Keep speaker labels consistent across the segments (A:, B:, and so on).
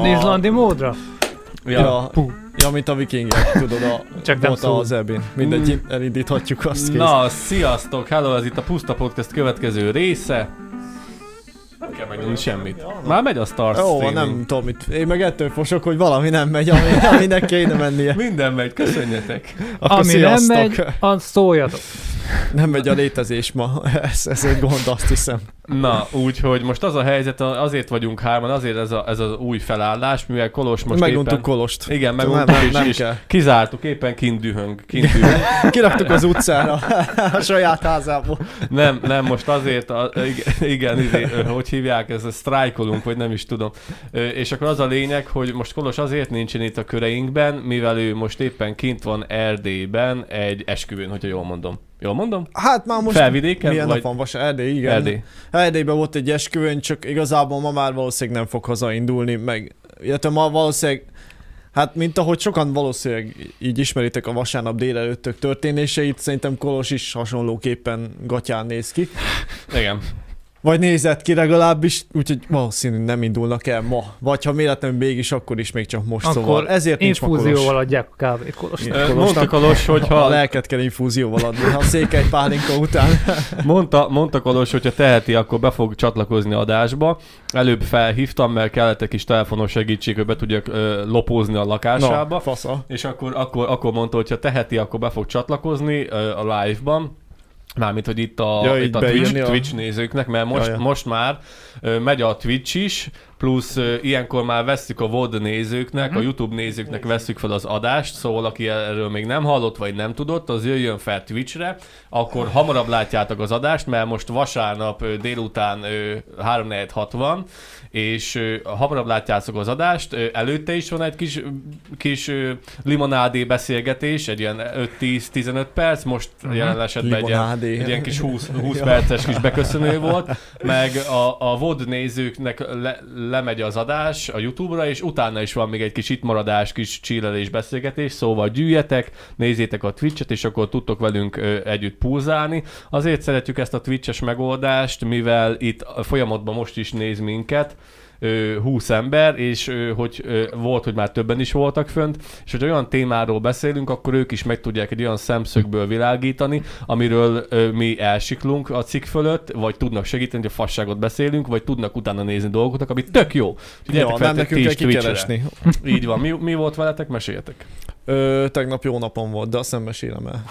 A: Olyan izlandi módra?
B: Ja, mint a vikingek, tudod,
A: csak nem szó.
B: Az ebén. Mindegy, elindíthatjuk azt. Kész.
C: Na, sziasztok, hello, ez itt a Puszta Podcast következő része. Nem kell megnyomni semmit. Már megy a Star Streaming.
B: Nem tudom mit. Én meg ettől fosok, hogy valami nem megy, aminek kéne mennie.
C: Minden megy, köszönjetek.
B: Akkor
A: ami
B: sziasztok.
A: nem megy, azt szóljatok.
B: Nem megy a létezés ma. Ez egy gond, azt hiszem.
C: Na, úgyhogy most az a helyzet, azért vagyunk hárman, azért ez az új felállás, mivel Kolos most
B: meguntuk
C: éppen...
B: Kolost.
C: Igen, meguntuk és kizártuk, éppen kint dühöng.
B: Kiraktuk az utcára, a saját házából.
C: Nem, most azért, igen, hogy hívják, ez a sztrájkolunk, vagy nem is tudom. És akkor az a lényeg, hogy most Kolos azért nincsen itt a köreinkben, mivel ő most éppen kint van Erdélyben egy esküvőn, hogyha jól mondom. Jól mondom?
B: Hát már most
C: Felvidéken?
B: Milyen
C: vagy...
B: nap van? Erdély, igen. Erdélyben volt egy esküvőn, csak igazából ma már valószínűleg nem fog hazaindulni, meg illetve ma valószínűleg, hát mint ahogy sokan valószínűleg így ismeritek a vasárnap délelőttök történéseit, szerintem Kolos is hasonlóképpen gatyán néz ki.
C: Igen.
B: Vagy nézett ki legalábbis, úgyhogy valószínűleg nem indulnak el ma. Vagy ha véletlenül mégis, akkor is még csak most,
A: akkor
B: szóval ezért nincs ma Kolos.
A: infúzióval adják a kávét Kolosnak.
C: Mondta Kolos, hogyha...
B: A lelket kell infúzióval adni, a székely pálinka után.
C: Mondta Kolos, hogyha teheti, akkor be fog csatlakozni adásba. Előbb felhívtam, mert kellett egy kis telefonos segítség, hogy be tudjak lopózni a lakásába.
B: Na, fasza.
C: És akkor mondta, hogyha teheti, akkor be fog csatlakozni a live-ban. Mármint, hogy itt a Twitch nézőknek, mert most már megy a Twitch is, plusz ilyenkor már vesszük a VOD nézőknek, a YouTube nézőknek vesszük fel az adást, szóval aki erről még nem hallott, vagy nem tudott, az jöjjön fel Twitchre, akkor hamarabb látjátok az adást, mert most vasárnap délután 3:46 van, és hamarabb látjátok az adást, előtte is van egy kis limonádé beszélgetés, egy ilyen 5-10-15 perc, most jelen esetben egy ilyen kis 20 perces kis beköszönő volt, meg a VOD nézőknek lemegy az adás a YouTube-ra, és utána is van még egy kis itt maradás, kis chillelés beszélgetés, szóval gyűjjetek, nézzétek a Twitch-et, és akkor tudtok velünk együtt pulzálni. Azért szeretjük ezt a Twitch-es megoldást, mivel itt folyamatban most is néz minket 20 ember, és volt, hogy már többen is voltak fönt, és hogy olyan témáról beszélünk, akkor ők is meg tudják egy olyan szemszögből világítani, amiről mi elsiklunk a cikk fölött, vagy tudnak segíteni, hogy a fasságot beszélünk, vagy tudnak utána nézni dolgoknak, ami tök jó.
B: Ja, nem nekünk kell kikeresni.
C: Így van. Mi volt veletek? Meséljetek.
B: Tegnap jó napom volt, de azt nem mesélem el.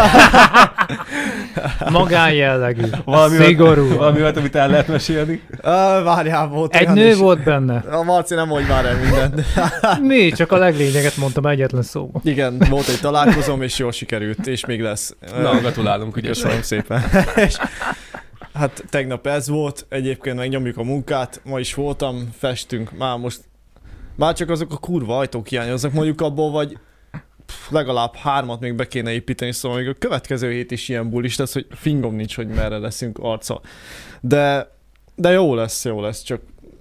A: Magánjellegű. Szigorú.
C: Valami volt, amit el lehet mesélni.
B: Várjál, volt
A: egy nő is volt benne.
B: A Marci nem mondj már el mindent.
A: Mi? Csak a leglényeget mondtam egyetlen szóba.
B: Igen, volt egy találkozom, és jól sikerült, és még lesz.
C: Na, gratulálunk, ugye.
B: Köszönöm szépen. Hát tegnap ez volt, egyébként megnyomjuk a munkát, ma is voltam, festünk, már csak azok a kurva ajtók hiányoznak, mondjuk abból, vagy legalább 3 még be kéne építeni, szóval még a következő hét is ilyen bulis lesz, hogy fingom nincs, hogy merre leszünk arca. De jó lesz, csak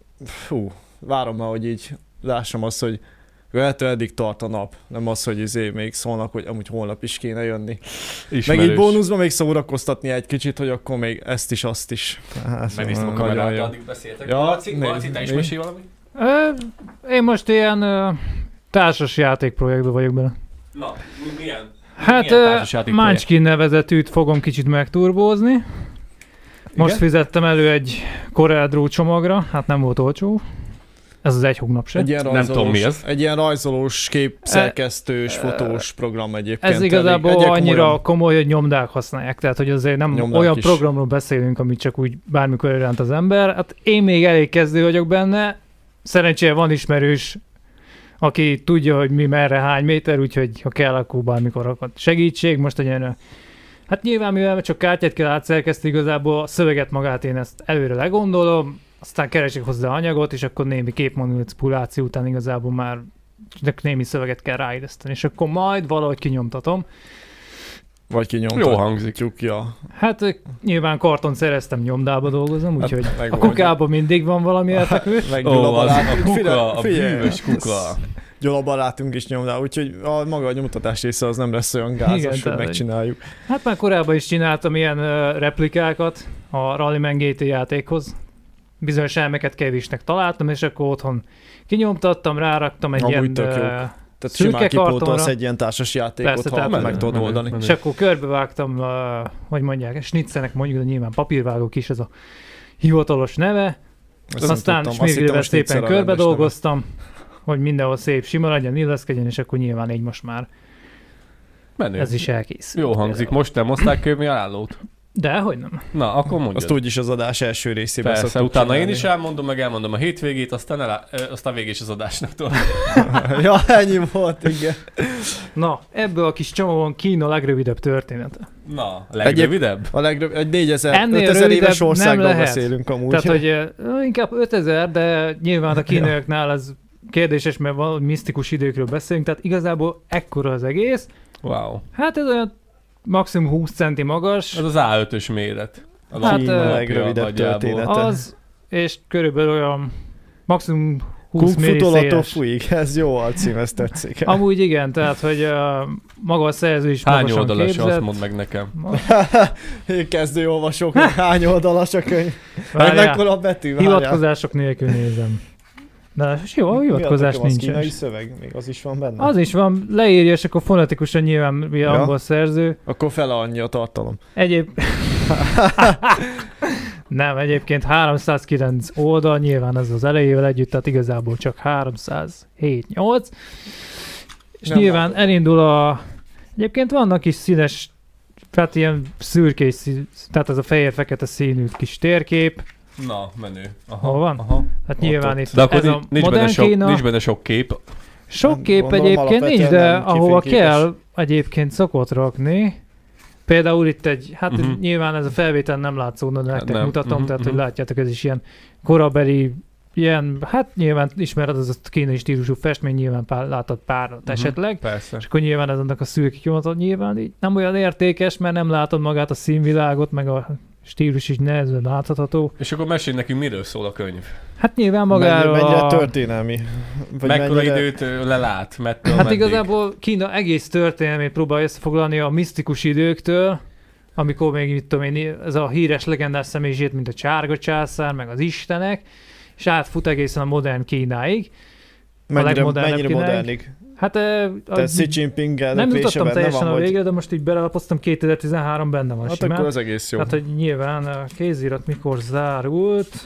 B: várom már, hogy így lássam azt, hogy lehető eddig tart a nap, nem az, hogy még szólnak, hogy amúgy holnap is kéne jönni. Ismerős. Meg így bónuszban még szórakoztatni egy kicsit, hogy akkor még ezt is, azt is.
C: Megnéztem a kamerát, addig beszéltek.
B: Ja,
C: Marci, te is mesélj valami?
A: Én most ilyen társas játékprojektben vagyok bele.
C: Na, milyen?
A: Hát Munchkin nevezetűt fogom kicsit megturbózni. Most fizettem elő egy CorelDRAW csomagra, hát nem volt olcsó. Ez az egy hónap se.
C: Nem tudom mi ez.
B: Egy ilyen rajzolós, képszerkesztős, fotós program egyébként.
A: Ez igazából annyira komoly, hogy nyomdák használják. Tehát, hogy azért nem nyomdák olyan is. Programról beszélünk, amit csak úgy bármikor iránt az ember. Hát én még elég kezdő vagyok benne. Szerencsére van ismerős, aki tudja, hogy mi merre hány méter, úgyhogy ha kell, akkor bármikor akad segítség. Most egy hát nyilván, mivel csak kártyát kell átszerkeszteni, igazából a szöveget magát én ezt előre legondolom, aztán keresek hozzá anyagot, és akkor némi képmanipuláció után igazából már némi szöveget kell ráilleszteni, és akkor majd valahogy kinyomtatom.
B: Vagy kinyomtat.
C: Jó hangzik.
B: Csukja.
A: Hát nyilván karton szereztem, nyomdába dolgozom, úgyhogy a kukában mindig van valami elfekvő.
B: Meg
C: a bűvös kuka.
B: Gyula barátunk is nyomdál, úgyhogy a maga a nyomtatás része az nem lesz olyan gázos, hogy megcsináljuk.
A: Hát már korábban is csináltam ilyen replikákat a Rallyman GT játékhoz. bizonyos elmeket kevésnek találtam, és akkor otthon kinyomtattam, ráraktam egy ilyen
B: tehát simán kipótolsz egy ilyen társas játékot, persze, ha meg tudod oldani.
A: És akkor körbevágtam, hogy mondják, snitzelnek mondjuk, de nyilván papírvágók is ez a hivatalos neve. Aztán smirgével szépen körbe dolgoztam, hogy mindenhol szép sima legyen, illeszkedjen, és akkor nyilván így most már menő. Ez is elkészül.
C: Jó hangzik. Most nem hozták kövmi ajánlót?
A: Dehogy nem.
C: Na, akkor mondjad.
B: Azt úgyis az adás első részében
C: persze, utána csinálni. Én is elmondom, meg elmondom a hétvégét, aztán végig is az adásnak tudom.
B: Ja, ennyi volt, igen.
A: Na, ebből a kis csomagban Kína legrövidebb története.
C: Na, legrövidebb?
B: A legrövidebb, egy 4000 éves országról beszélünk amúgy.
A: Tehát, hogy inkább 5000, de nyilván a kínaiaknál ez kérdéses, mert valami misztikus időkről beszélünk, tehát igazából ekkora az egész.
C: Wow.
A: Hát ez olyan maximum 20 centi magas.
C: Ez az A5-ös méret.
B: A legrövidebb története.
A: Az, és körülbelül olyan maximum 20
B: milliszéles. Fújik, ez jó alcím, ezt tetszik.
A: Amúgy igen, tehát, hogy maga a szerző is
C: hány oldalas, azt mondd meg nekem.
B: Kezdő olvasóknak hány oldalas a könyv? Mekkora a betű?
A: Hivatkozások nélkül nézem. De jó, a hivatkozás nincs.
B: Az kínai szöveg, még az is van benne?
A: Az is van, leírja, és akkor fonetikusan nyilván angol szerző.
B: Akkor fele annyi a tartalom.
A: Nem, egyébként 309 oldal, nyilván ez az elejével együtt, tehát igazából csak 307-8. És nem nyilván látom. Elindul egyébként vannak is színes, tehát ilyen szürkés, tehát ez a fehér-fekete színű kis térkép.
C: Na, menő.
A: Aha, hol van? Aha. Hát nyilván itt
C: de akkor ez a modern Kína. Nincs benne sok kép.
A: Sok kép egyébként nincs, de ahova kell egyébként szokott rakni. Például itt nyilván ez a felvétel nem látszódna, de nektek mutatom, tehát hogy látjátok, ez is ilyen korabeli, ilyen, hát nyilván ismered az a kínai stílusú festmény, nyilván láttad párat esetleg.
C: Persze.
A: És akkor nyilván ez annak a szürke kivonatot nyilván így nem olyan értékes, mert nem látod magát a színvilágot, meg a stílus is nehezen látható.
C: És akkor mesélj nekünk, miről szól a könyv?
A: Hát nyilván magáról
B: mennyire történelmi.
C: Mekkora időt lelát?
A: Hát igazából Kína egész történelmét próbálja összefoglalni a misztikus időktől, amikor még, mit tudom én, ez a híres legendás személyiség, mint a Csárga császár, meg az istenek, és átfut egészen a modern Kínáig.
B: Mennyire modernig?
A: Hát
B: te Xi Jinpinggel
A: nem jutottam teljesen a végre, de most így belelapoztam, 2013 benne van
B: hát
A: simán.
B: Akkor az egész jó.
A: Hát, hogy nyilván a kézirat mikor zárult.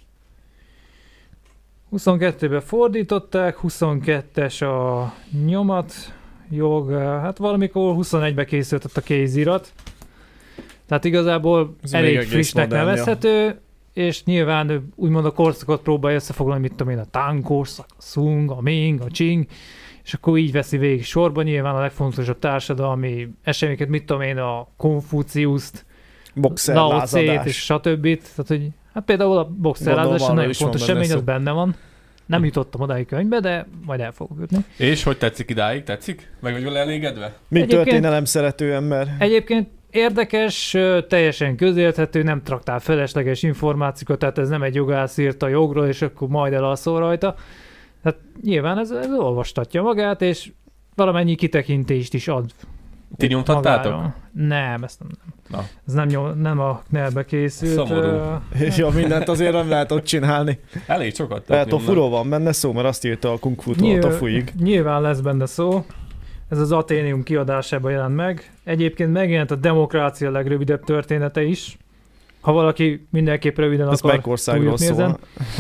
A: 22-ben fordították, 22-es a nyomatjog, hát valamikor 21-ben készült a kézirat. Tehát igazából ez elég frissnek nevezhető, és nyilván úgymond a korszakot próbálja összefoglalni, mit tudom én, a Tang korszak, a Sung, a Ming, a Qing, és akkor így veszi végig sorban, nyilván a legfontosabb társadalmi eseményeket, mit tudom én, a Konfuciuszt, Lao Tse-t és stb. Tehát, hogy, hát például a boxerlázás nagyon fontos esemény, az benne van. Nem jutottam odáig könyvbe, de majd el fogok jutni.
C: És hogy tetszik idáig? Tetszik? Meg vagy vele elégedve?
B: Mint történelem szerető ember.
A: Egyébként érdekes, teljesen közérthető, nem traktál felesleges információkat, tehát ez nem egy jogász írta a jogról, és akkor majd elalszol rajta. Tehát nyilván ez olvastatja magát, és valamennyi kitekintést is ad.
C: Ti nyomtattátok?
A: Nem, ezt nem. Na. Ez nem a NEL-be készült.
C: Szomorú.
B: Ja, mindent azért nem lehet ott csinálni.
C: Elég sokat.
B: Tehát a furó van benne szó, mert azt írta a Kung Fu-tól a Fuig.
A: Nyilván lesz benne szó. Ez az Athenaeum kiadásában jelent meg. Egyébként megjelent a Demokrácia legrövidebb története is. Ha valaki mindenképp röviden
B: ez
A: akar
B: túljutni ezen.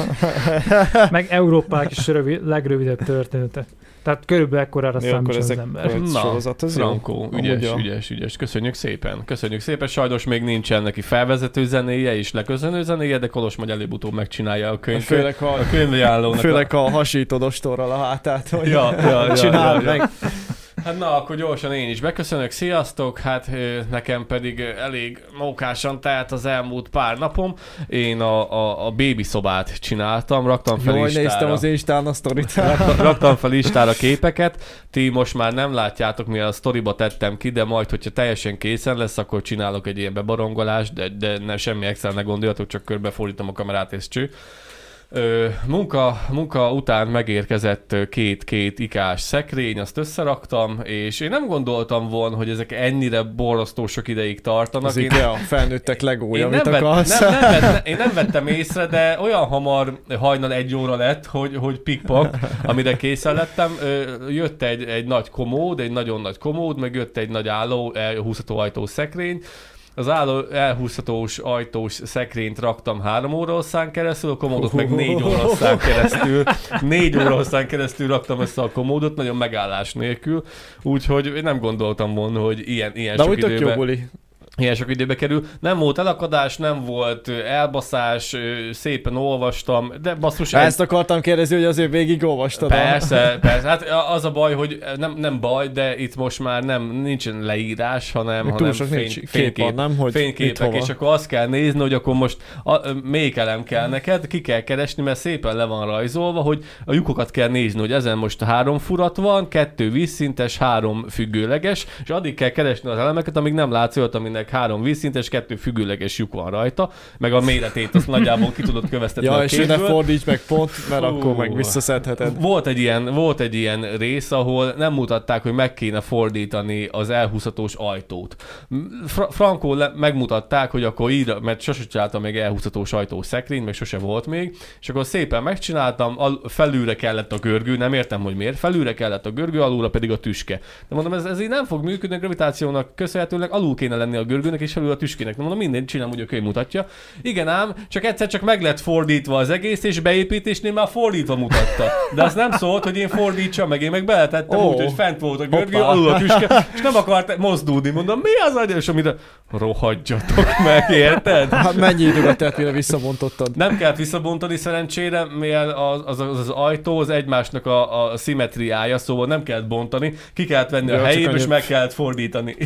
A: Meg Európák is legrövidebb története. Tehát körülbelül ekkorára számítson az ember.
C: Na, Frankó, ügyes. Köszönjük szépen. Sajnos még nincsen neki felvezető zenéje és leköszönő zenéje, de Kolos majd előbb-utóbb megcsinálja a könyv.
B: A könyvajánlónak. Főleg a hasítod ostorral a hátát, hogy csinál meg.
C: Hát na, akkor gyorsan én is beköszönök, sziasztok, hát nekem pedig elég mókásan telt az elmúlt pár napom. Én a bébi szobát csináltam, raktam fel Istára.
B: Néztem az Instán a sztorit.
C: Raktam fel Istára képeket, ti most már nem látjátok, mivel a sztoriba tettem ki, de majd, hogyha teljesen készen lesz, akkor csinálok egy ilyen bebarongolást, de semmi extra ne gondoljatok, csak körbefordítom a kamerát és cső. Munka után megérkezett két ikás szekrény, azt összeraktam, és én nem gondoltam volna, hogy ezek ennyire borzasztó sok ideig tartanak.
B: Az IKEA felnőttek legója, amit
C: akarsz. Én nem vettem észre, de olyan hamar hajnal 1 óra lett, hogy pikpak, amire készen lettem. Jött egy nagy komód, egy nagyon nagy komód, meg jött egy nagy álló, elhúzható ajtós szekrény. Az álló elhúzhatós ajtós szekrényt raktam 3 órahosszán keresztül, a komódot meg 4 órahosszán keresztül. 4 órahosszán keresztül raktam össze a komódot, nagyon megállás nélkül. Úgyhogy én nem gondoltam volna, hogy ilyen sok időben... Ilyen sok időbe kerül. Nem volt elakadás, nem volt elbaszás, szépen olvastam, de basszus...
B: Ezt akartam kérdezni, hogy azért végig olvastad.
C: Persze. Hát az a baj, hogy nem baj, de itt most már nincsen leírás, hanem fényképek, és akkor azt kell nézni, hogy akkor most melyik elem kell neked, ki kell keresni, mert szépen le van rajzolva, hogy a lyukokat kell nézni, hogy ezen most 3 furat van, 2 vízszintes, 3 függőleges, és addig kell keresni az elemeket, amíg nem látsz olyat, aminek 3 vízszintes, 2 függőleges lyuk van rajta, meg a méretét azt nagyjából ki tudod köveztetni a képből.
B: Ja, és ne fordíts meg pont, mert akkor meg visszaszedheted.
C: Volt egy ilyen rész, ahol nem mutatták, hogy meg kéne fordítani az elhúzhatós ajtót. Frankó megmutatták, hogy akkor így, mert sose csináltam még elhúzhatós ajtós szekrényt, meg sose volt még, és akkor szépen megcsináltam, felülre kellett a görgő, nem értem, hogy miért, felülre kellett a görgő, alulra pedig a tüske. De mondom, ez így nem fog működni, a gravitációnak köszönhetőleg alul kéne lenni a görgőnek és felül a tüskének. Nem mondom, mindent csinálom, úgy a könyv mutatja. Igen ám, csak egyszer meg lett fordítva az egész, és beépítésnél már fordítva mutatta. De azt nem szólt, hogy én fordítsam meg, én meg beletettem úgy, hogy fent volt a görgő, alul a tüske, és nem akart mozdulni. Mondom, mi az agy? És amire rohadjatok meg, érted?
B: Hát mennyi időbe telt, mire visszabontottad?
C: Nem kellett visszabontani szerencsére, mivel az ajtó az egymásnak a szimmetriája, szóval nem kellett bontani, ki kellett venni a helyét, és meg kellett fordítani.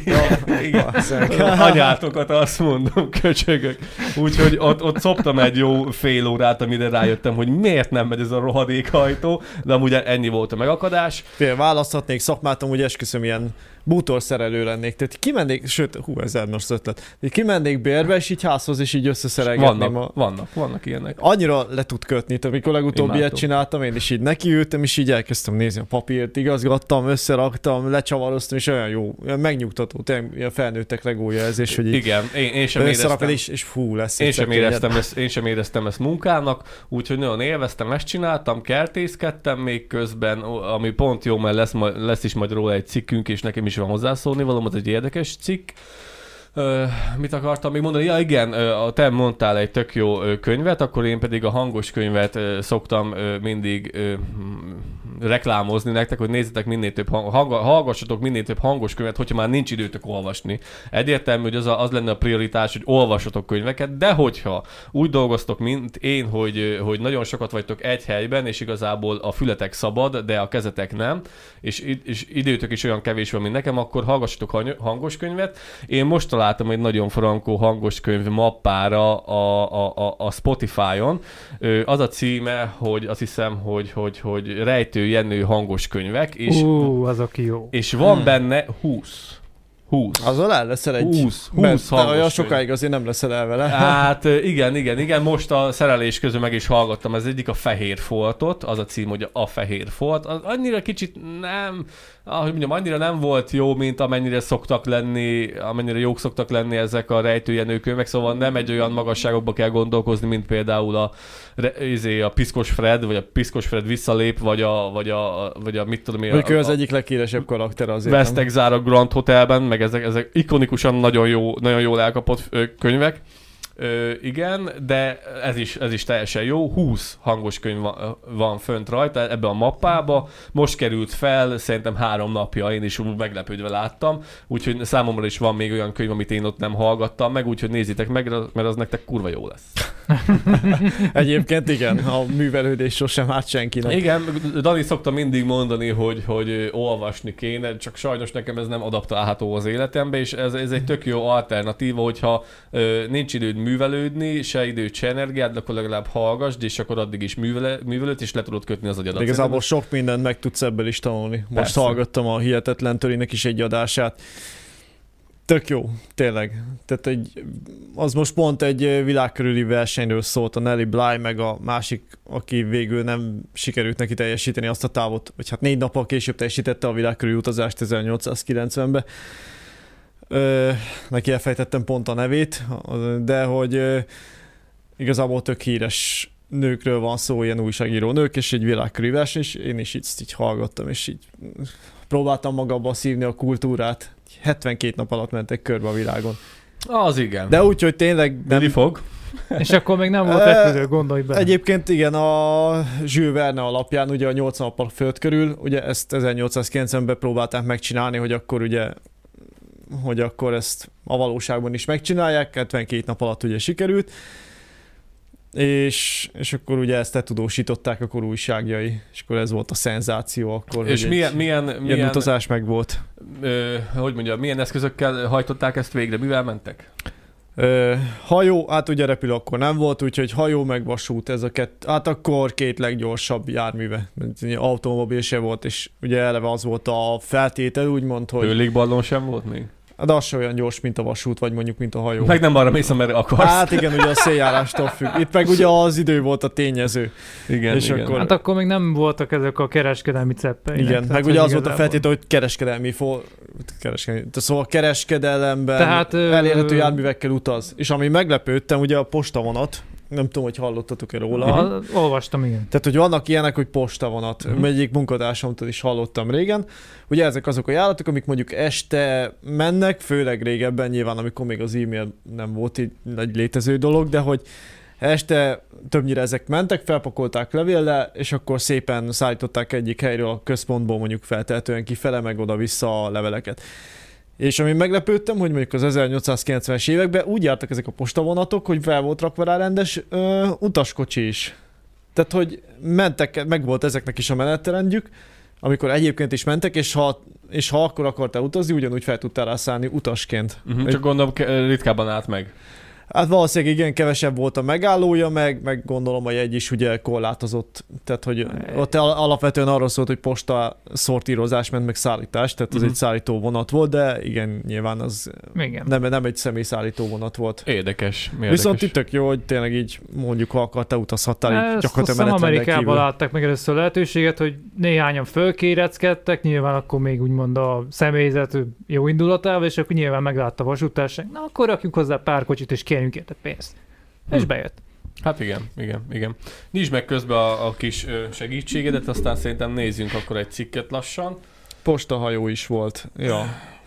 C: Anyátokat azt mondom, köcsögök. Úgyhogy ott szoptam egy jó fél órát, amire rájöttem, hogy miért nem megy ez a rohadék ajtó, de amúgy ennyi volt a megakadás.
B: Választhatnék szakmát, amúgy esküszöm, ilyen bútorszerelő lennék. Tehát kimennék, sőt, ez most ötlet. Kimennék bérbe, és így házhoz, és így összeszerelgetném.
C: Vannak ilyenek.
B: Annyira le tud kötni, tehát amikor legutóbb ilyet csináltam, én is így nekiültem, és így elkezdtem nézni a papírt, igazgattam, összeraktam, lecsavaroztam, és olyan jó, olyan megnyugtató, tényleg felnőttek legója ez, és hogy így
C: igen, én sem éreztem.
B: És fú, lesz.
C: Én sem éreztem ezt munkának, úgyhogy nagyon élveztem, ezt csináltam, kertészkedtem még közben, ami pont jó, mert lesz is majd róla egy cikkünk, és nekem is van hozzászólni valami, az egy érdekes cikk. Mit akartam még mondani? Ja igen, te mondtál egy tök jó könyvet, akkor én pedig a hangos könyvet szoktam mindig reklámozni nektek, hogy nézzetek minél több hallgassatok minél több hangos könyvet, hogyha már nincs időtök olvasni. Egyértelmű, hogy az lenne a prioritás, hogy olvassatok könyveket, de hogyha úgy dolgoztok, mint én, hogy nagyon sokat vagytok egy helyben, és igazából a fületek szabad, de a kezetek nem, és időtök is olyan kevés van, mint nekem, akkor hallgassatok hangos könyvet. Én most találtam egy nagyon frankó hangos könyv mappára a Spotify-on. Az a címe, hogy azt hiszem, hogy Rejtő Jenő hangos könyvek. És,
A: azok jó.
C: És van benne 20.
B: Azon el leszel egy
C: 20 hangos
B: olyan sokáig azért nem leszel el vele.
C: Hát igen. Most a szerelés közül meg is hallgattam. Ez egyik a Fehér Foltot, az a cím, hogy a Fehér Folt. Annyira kicsit nem, ahogy mondjam, annyira nem volt jó, mint amennyire jók szoktak lenni ezek a rejtőjenő könyvek, szóval nem egy olyan magasságokba kell gondolkozni, mint például a Piszkos Fred, vagy a Piszkos Fred visszalép, vagy a mit tudom én.
B: Ő az egyik leghíresebb karakter azért.
C: Vesztegzár a Grand Hotelben, meg ezek ikonikusan nagyon jól elkapott könyvek. Igen, de ez is teljesen jó. 20 hangos könyv van fönt rajta ebbe a mappába. Most került fel, szerintem 3 napja, én is meglepődve láttam. Úgyhogy számomra is van még olyan könyv, amit én ott nem hallgattam meg, úgyhogy nézzétek meg, mert az nektek kurva jó lesz.
B: Egyébként igen, a művelődés sosem árt senkinek.
C: Igen, Dani szokta mindig mondani, hogy olvasni kéne, csak sajnos nekem ez nem adaptálható az életembe, és ez egy tök jó alternatíva, hogyha nincs időd művelődni, se időt, se energiát, de akkor legalább hallgassd, és akkor addig is művelőd, és le tudod kötni az agyadat.
B: Igazából sok mindent meg tudsz ebből is tanulni. Most hallgattam a Hihetetlen Törinek is egy adását. Tök jó, tényleg. Tehát az most pont egy világkörüli versenyről szólt, a Nelly Bly, meg a másik, aki végül nem sikerült neki teljesíteni azt a távot, vagy hát 4 nappal később teljesítette a világkörüli utazást 1890-ben. Neki elfejtettem pont a nevét, de hogy igazából tök híres nőkről van szó, ilyen újságíró nők, és egy világkörüli verseny, és én is így hallgattam, és így próbáltam magamba szívni a kultúrát. 72 nap alatt mentek körbe a világon.
C: Az igen.
B: De úgy, hogy tényleg nem...
C: fog.
A: És akkor még nem volt repülő, gondolj bele.
B: Egyébként igen, a Jules Verne alapján ugye a 80 nap a föld körül, ugye ezt 1890-ben próbálták megcsinálni, hogy akkor ezt a valóságban is megcsinálják, 72 nap alatt ugye sikerült, és akkor ugye ezt letudósították akkor újságjai, és akkor ez volt a szenzáció akkor.
C: És milyen
B: utazás meg volt?
C: Hogy mondjam, milyen eszközökkel hajtották ezt végre, mivel mentek?
B: Hajó, hát ugye repülő akkor nem volt, úgyhogy hajó meg vasút, ez a hát akkor 2 leggyorsabb járműve. Automobil se volt, és ugye eleve az volt a feltétel, úgymond, hogy...
C: Légiballon sem volt még?
B: De az sem olyan gyors, mint a vasút, vagy mondjuk, mint a hajó.
C: Meg nem arra mész, amerre akarsz.
B: Hát igen, ugye a széljárástól függ. Itt meg ugye az idő volt a tényező.
C: Igen,
B: és
C: igen.
A: Hát akkor még nem voltak ezek a kereskedelmi ceppeink.
B: Igen, meg ugye az volt a feltétel, hogy kereskedelmi. Szóval kereskedelemben elérhető járművekkel utaz. És ami meglepődtem, ugye a postavonat, nem tudom, hogy hallottatok-e róla.
A: Olvastam, igen.
B: Tehát, hogy vannak ilyenek, hogy postavonat. Egyik munkatársamtól is hallottam régen. Ugye ezek azok a járatok, amik mondjuk este mennek, főleg régebben nyilván, amikor még az e-mail nem volt így egy létező dolog, de hogy este többnyire ezek mentek, felpakolták levéllel, és akkor szépen szállították egyik helyről a központból mondjuk feltehetően kifele, meg oda-vissza a leveleket. És ami meglepődtem, hogy mondjuk az 1890-es években úgy jártak ezek a postavonatok, hogy fel volt rakva rá rendes utaskocsi is. Tehát, hogy mentek, meg volt ezeknek is a menetrendjük, amikor egyébként is mentek, és ha akkor akartál utazni, ugyanúgy fel tudtál rá szállni utasként.
C: Csak gondolom, ritkábban állt meg.
B: Hát valószínűleg igen, kevesebb volt a megállója, meg gondolom a jegy is ugye korlátozott. Tehát, hogy ott alapvetően arról szólt, hogy posta szortírozás ment, meg szállítás, tehát az egy szállító vonat volt, de igen, nyilván az nem egy személyszállító vonat volt.
C: Érdekes.
B: Viszont itt tök jó, hogy tényleg így mondjuk, ha akartál, utazhattál, így gyakorlatilag menetrendek kívül.
A: Amerikában láttak meg először lehetőséget, hogy néhányan fölkéreckedtek, nyilván akkor még úgymond a személyzet jó indulatával, és akkor nyilván meglátta a vasútárság. Na akkor rakjuk hozzá pár kocsit, és kérjünk érte pénzt. És bejött.
C: Hát igen. Nyisd meg közben a kis segítségedet, aztán szerintem nézzünk akkor egy cikket lassan.
B: Postahajó is volt. Ja.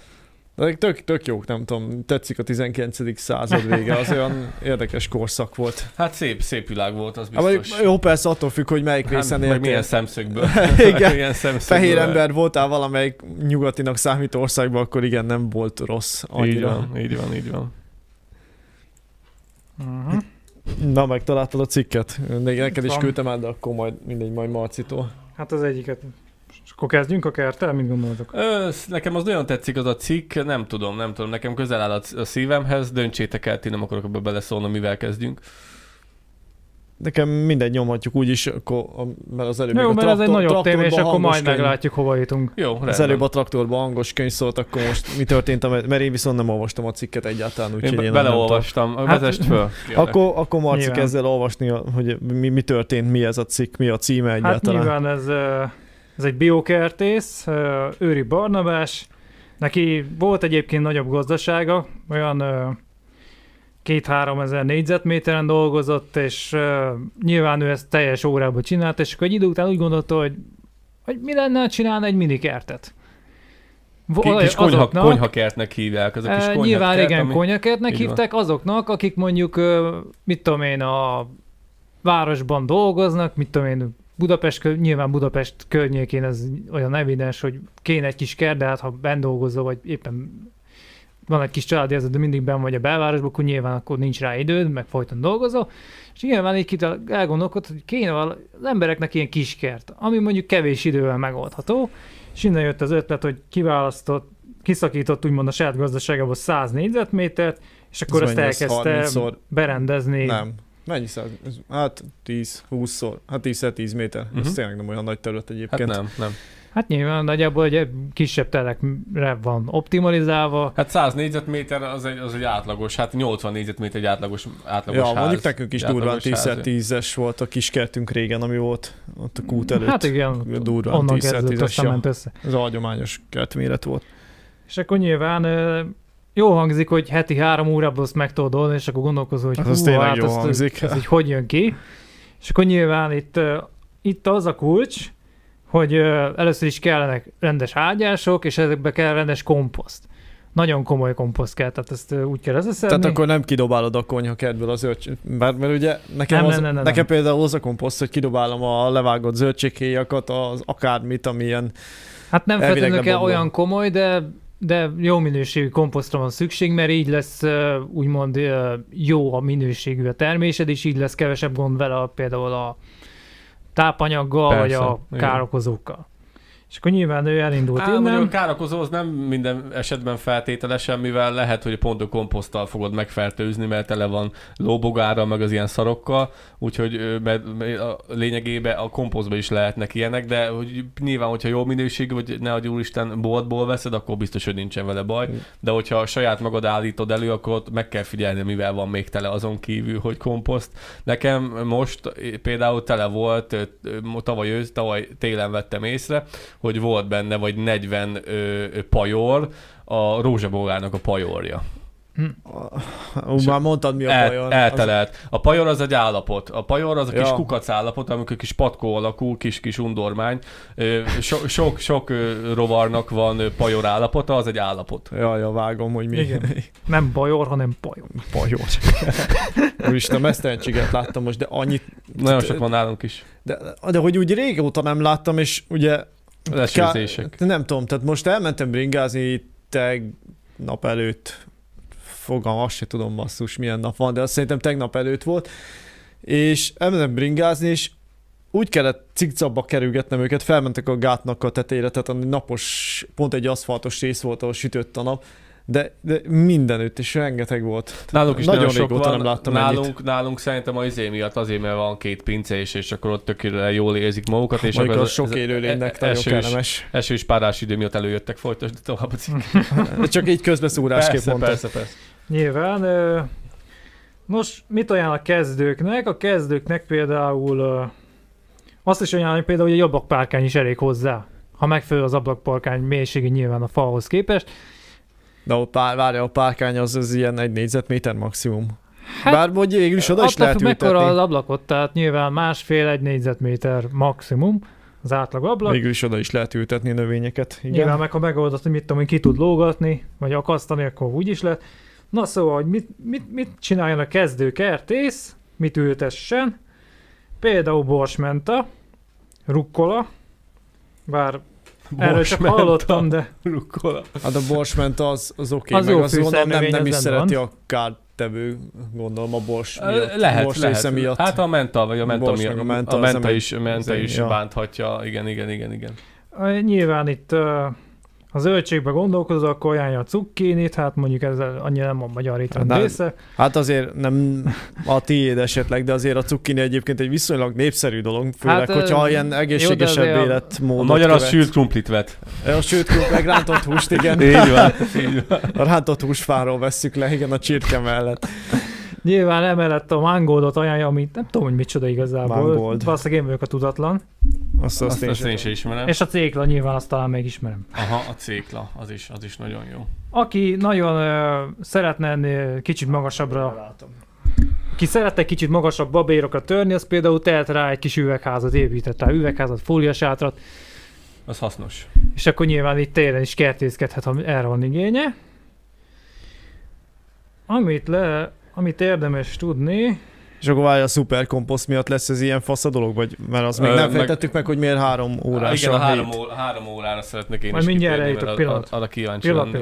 B: De tök jók, nem tudom, tetszik a 19. század vége, az olyan érdekes korszak volt.
C: Hát szép világ volt, az biztos.
B: Jó, persze attól függ, hogy melyik részen éltél.
C: Meg milyen szemszögből.
B: Igen, milyen fehér ember voltál valamelyik nyugatinak számító országban, akkor igen, nem volt rossz annyira.
C: Így van.
B: Na, megtaláltad a cikket? Neked is küldtem el, de akkor majd Marcitól.
A: Hát az egyiket. És akkor kezdjünk a kerttel? Mit gondoltok?
C: Nekem az nagyon tetszik az a cikk, nem tudom. Nekem közel áll a szívemhez, döntsétek el, ti nem akarok ebbe beleszólni, mivel kezdjünk.
B: Nekem mindegy, nyomhatjuk úgyis, mert az előbb
A: jó, mert ez egy nagyobb téma, és akkor majd meglátjuk, hova jutunk.
C: Jó,
B: az előbb a traktorban hangos könyv szólt, akkor most mi történt, mert én viszont nem olvastam a cikket egyáltalán, úgyhogy én
C: beleolvastam, vezest föl.
B: Akkor Marci kezd el olvasni, hogy mi történt, mi ez a cikk, mi a címe egyáltalán.
A: Hát nyilván ez egy biokertész, Őri Barnabás. Neki volt egyébként nagyobb gazdasága, olyan 2-3 ezer négyzetméteren dolgozott, és nyilván ő ezt teljes órában csinált, és akkor egy idő után úgy gondolta, hogy mi lenne, ha csinálna egy minikertet.
C: Kis konyhakertnek hívják. Az a kis
A: nyilván igen, konyhakertnek hívták azoknak, akik mondjuk, mit tudom én, a városban dolgoznak, mit tudom én, nyilván Budapest környékén ez olyan evidens, hogy kéne egy kis kert, de hát ha benn dolgozol, vagy éppen van egy kis családi érzet, de mindig benn vagy a belvárosban, akkor nyilván akkor nincs rá időd, meg folyton dolgozol, és nyilván így elgondolkodt, hogy kéne az embereknek ilyen kis kert, ami mondjuk kevés idővel megoldható, és innen jött az ötlet, hogy kiszakított úgymond a saját gazdaságából 100 négyzetmétert, és akkor ezt elkezdte berendezni.
B: Nem. Mennyi száz? Hát 10-20-szor. Hát 10x10 méter. Ez tényleg nem olyan nagy terület egyébként.
C: Hát nem.
A: Hát nyilván nagyjából egy kisebb terekre van optimalizálva.
C: Hát 100 négyzetméter az egy átlagos, hát 80 négyzetméter egy átlagos
B: ja,
C: ház.
B: Mondjuk nekünk is durván 10x10-es volt a kis kertünk régen, ami volt ott a kút előtt.
A: Hát igen,
B: durván
A: onnan kezdődött, aztán ment össze.
B: Ez a hagyományos kertméret volt.
A: És akkor nyilván jó hangzik, hogy heti 3 órában azt meg tudod oldani, és akkor gondolkozol, hogy
B: az tényleg jó hangzik.
A: Ez így hogy jön ki. És akkor nyilván itt az a kulcs, hogy először is kellenek rendes ágyások, és ezekbe kell rendes komposzt. Nagyon komoly komposzt kell, tehát ezt úgy kell összeszedni.
B: Tehát akkor nem kidobálod a konyhakertből a zöldség. Mert ugye nekem például az a komposzt, hogy kidobálom a levágott zöldséghéjakat, az akármit, amilyen.
A: Hát nem feltétlenül kell olyan komoly, de jó minőségű komposztra van szükség, mert így lesz úgymond jó a minőségű a termésed, és így lesz kevesebb gond vele például a tápanyaggal, persze, vagy a károkozókkal. És akkor nyilván ő elindult innen.
C: A károkozó az nem minden esetben feltételesen, mivel lehet, hogy pont a komposzttal fogod megfertőzni, mert tele van lóbogára, meg az ilyen szarokkal, úgyhogy lényegében a komposztban is lehetnek ilyenek, de hogy nyilván, hogyha jó minőségű, vagy ne adj úristen boltból veszed, akkor biztos, hogy nincsen vele baj, de hogyha saját magad állítod elő, akkor ott meg kell figyelni, mivel van még tele azon kívül, hogy komposzt. Nekem most például tele volt, tavaly télen vettem észre, hogy volt benne vagy 40 pajor, a rózsabógának a pajorja.
B: Már mondtad, mi a pajor.
C: Eltelelt. A pajor az egy állapot. A pajor az a kis kukac állapot, amikor kis patkó alakú, kis undormány. Sok rovarnak van pajor állapota, az egy állapot.
B: Ja, vágom, hogy mi.
A: Igen. Nem bajor, hanem pajor.
B: Pajor. Úristen, mesztelenséget láttam most, de annyit...
C: Nagyon sok van nálunk is.
B: De hogy úgy régóta nem láttam, és ugye... Nem tudom, tehát most elmentem bringázni tegnap előtt, azt se tudom basszus milyen nap van, de azt szerintem tegnap előtt volt, és elmentem bringázni, és úgy kellett cikcabba kerülgetnem őket, felmentek a gátnak a tetejére, tehát a napos, pont egy aszfaltos rész volt, ahol sütött a nap, de mindenütt, és rengeteg volt.
C: Nálunk is
B: nagyon
C: sok
B: régóta
C: van.
B: nem láttam
C: nálunk szerintem az miatt azért, mert van 2 pince, és akkor ott tökéletesen jól érzik magukat. És
B: akkor az sok élőlénynek nagyon kellemes.
C: Eső és párás idő miatt előjöttek, folytasd tovább a cikk.
B: Csak így közbeszúrásképp mondtad.
C: Persze.
A: Nyilván. Most mit ajánl a kezdőknek? A kezdőknek például azt is ajánlani például, hogy egy ablakpárkány is elég hozzá. Ha megfelelő az ablakpárkány mélysége nyilván a falhoz képest.
B: De a párkány az ilyen 1 négyzetméter maximum. Hát, bár mondjuk végül is oda is lehet ültetni.
A: Mekkora az ablakot, tehát nyilván 1,5-1 négyzetméter maximum az átlag ablak.
B: Végül is oda is lehet ültetni növényeket. Igen.
A: Nyilván meg ha megoldott, hogy mit tudom, ki tud lógatni, vagy akasztani, akkor úgy is lehet. Na szóval, hogy mit csináljon a kezdő kertész, mit ültessen. Például borsmenta, rukkola, bár erről csak hallottam, de...
B: Rukkola. Hát a borsmenta az oké, meg az gondolom nem is szereti a kártevő, gondolom a bors miatt.
C: Lehet.
B: Miatt.
C: Hát a menta, vagy a menta miatt. A menta is bánthatja, igen.
A: Nyilván itt a zöldségbe gondolkozol, akkor ajánlja a cukkinit, hát mondjuk ez annyira nem a magyar étrend része.
B: Hát azért nem a tiéd esetleg, de azért a cukkini egyébként egy viszonylag népszerű dolog, főleg, hogyha ilyen egészségesebb életmódot
C: a magyar az sült krumplit vet.
B: A sült krumplit, meg rántott húst, igen.
C: Így van.
B: A rántott húsfáról vesszük le, igen, a csirke mellett.
A: Nyilván emellett a mangoldot ajánlja, amit nem tudom, hogy micsoda igazából.
B: Mangold.
A: Valószínűleg én vagyok a tudatlan.
C: Azt én sem ismerem.
A: És a cékla nyilván azt talán még ismerem.
C: Aha, a cékla, az is nagyon jó.
A: Aki nagyon szeretne ennél kicsit magasabbra... Ki szeretne kicsit magasabb babérokat törni, az például tehet rá egy kis üvegházat, épített rá üvegházat, fóliasátrat.
C: Az hasznos.
A: És akkor nyilván itt télen is kertészkedhet, ha erre van igénye. Amit érdemes tudni...
B: És akkor várja, a szuperkomposzt miatt lesz ez ilyen fasz a dolog? Vagy, mert azt még nem fejtettük meg, hogy miért 3 órás
C: igen, a 3 órára szeretnék én
A: majd
C: is
A: mindjárt eljutok, pillanat.
C: Arra kíváncsi lenni.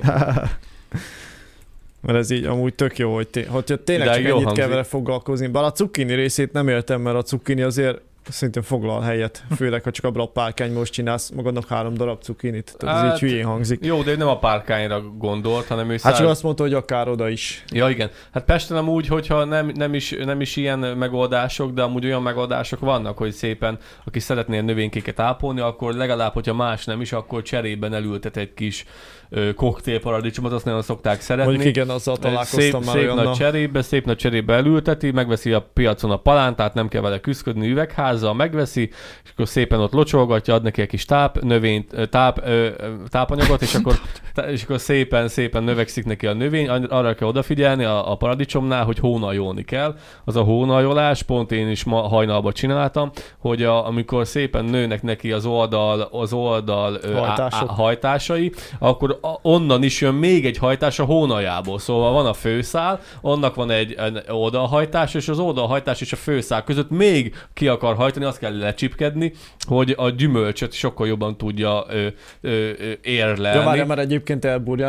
B: Mert ez így amúgy tök jó, hogy hogyha tényleg csak ennyit kell vele foglalkozni. Bár a cukkini részét nem értem, mert a cukkini azért Szintén foglal helyet, főleg ha csak abban a párkány most csinálsz magadnak 3 darab cukinit, tehát ez így hülyén hangzik.
C: Jó, de nem a párkányra gondolt, hanem ő
B: Hát csak azt mondta, hogy akár oda is.
C: Ja, igen. Hát Pesten amúgy, hogyha nem is ilyen megoldások, de amúgy olyan megoldások vannak, hogy szépen, aki szeretné növénykéket ápolni, akkor legalább, hogyha más nem is, akkor cserében elültet egy kis koktélparadicsomot, azt nagyon szokták szeretni.
B: Mondjuk igen, azzal találkoztam már
C: szép nagy cserébe elülteti, megveszi a piacon a palántát, nem kell vele küszködni, üvegházzal megveszi, és akkor szépen ott locsolgatja, ad neki egy kis tápanyagot, és akkor szépen növekszik neki a növény, arra kell odafigyelni a paradicsomnál, hogy hónajolni kell. Az a hónajolás, pont én is ma hajnalban csináltam, hogy amikor szépen nőnek neki az oldal hajtásai, akkor onnan is jön még egy hajtás a hónaljából. Szóval van a főszál, annak van egy oldalhajtás, és az oldalhajtás és a főszál között még ki akar hajtani, azt kell lecsipkedni, hogy a gyümölcsöt sokkal jobban tudja érlelni.
B: Ja, várjál, mert egyébként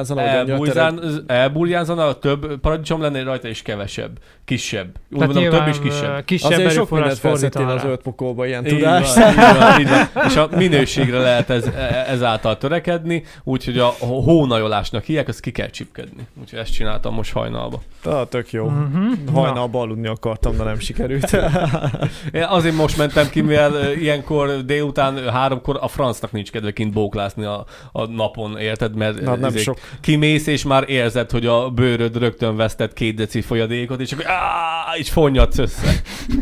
C: elburjánzana, több paradicsom lenne rajta, és kevesebb, kisebb. Úgy mondom, több is kisebb.
B: Azért sok mindent felszettél az öltpokolba ilyen tudást.
C: Így van. És a minőségre lehet ezáltal törekedni, úgyhogy a hónajolásnak hívják, azt ki kell csipkedni. Úgyhogy ezt csináltam most hajnalba.
B: Tök jó. Hajnalba aludni akartam, de nem sikerült.
C: Én azért most mentem ki, mivel ilyenkor délután 3-kor a francnak nincs kedve kint bóklászni a napon, érted? Mert
B: nem sok.
C: Kimész, és már érzed, hogy a bőröd rögtön vesztett 2 deci folyadékot, és akkor és fonnyadsz össze.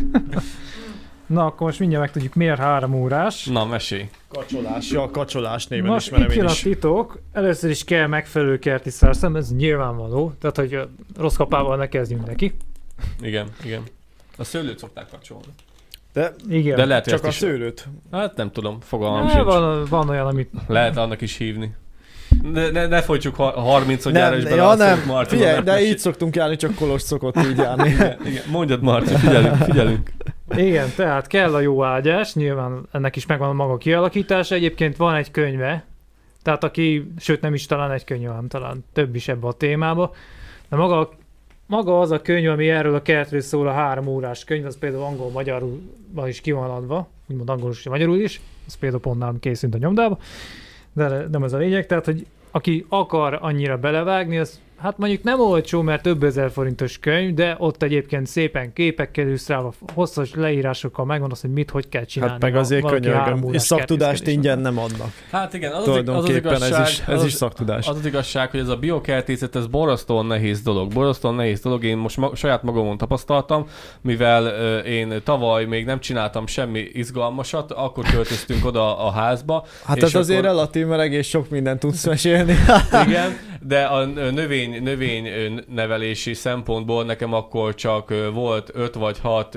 A: Na, akkor most mindjárt megtudjuk, miért 3 órás.
C: Na, mesélj.
B: Kacsolás. Ja, kacsolás néven ismerem én is.
A: Titok. Először is kell megfelelő kerti szerszem, ez nyilvánvaló. Tehát, hogy rossz kapával ne kezdjünk neki.
C: Igen. A szőlőt szokták kacsolni.
B: De lehet, csak a szőlőt.
C: Hát nem tudom, fogalmam sincs.
A: Van olyan, amit...
C: Lehet annak is hívni. Ne folytsuk 30-szor és bele
B: nem. Marci. Figyelj, de így szoktunk járni, csak Kolos szokott így járni.
C: Igen. Mondjad, Marci, figyelünk.
A: Igen, tehát kell a jó ágyás, nyilván ennek is megvan a maga kialakítása. Egyébként van egy könyve, tehát sőt nem is talán egy könyv, hanem talán több is ebbe a témába. De maga az a könyv, ami erről a kertről szól, a 3 órás könyv, az például angol-magyarul is ki van adva, úgymond angolul és magyarul is, az például pont nálam készült a nyomdába, de nem ez a lényeg, tehát hogy aki akar annyira belevágni, az hát mondjuk nem olcsó, mert több ezer forintos könyv, de ott egyébként szépen képekkel illusztrálva, hosszas leírásokkal megvan az, hogy hogy kell csinálni.
B: Hát meg azért könyörgöm, és szaktudást ingyen nem adnak.
C: Hát igen, az igazság,
B: ez is szaktudás.
C: Az igazság, hogy ez a biokertészet, ez borzasztóan nehéz dolog. Én most saját magamon tapasztaltam, mivel én tavaly még nem csináltam semmi izgalmasat, akkor költöztünk oda a házba.
B: Hát ez azért relatív, mert egész sok mindent tudsz mesélni.
C: Igen, de a növény nevelési szempontból nekem akkor csak volt 5 vagy 6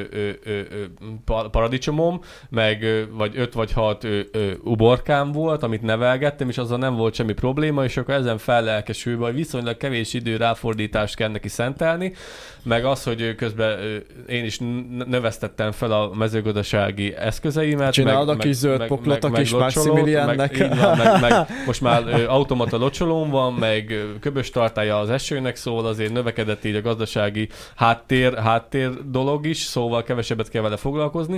C: paradicsomom, vagy 5 vagy 6 uborkám volt, amit nevelgettem, és azzal nem volt semmi probléma, és akkor ezen fellelkesülve, hogy viszonylag kevés idő ráfordítást kell neki szentelni, meg az, hogy közben én is növesztettem fel a mezőgazdasági eszközeimet.
B: Csinálod a kis zöld poklot a kis Maximiliannek.
C: Meg most már automata locsolóm van, meg köbös tartálya az esőnek, szóval azért növekedett így a gazdasági háttér dolog is, szóval kevesebbet kell vele foglalkozni.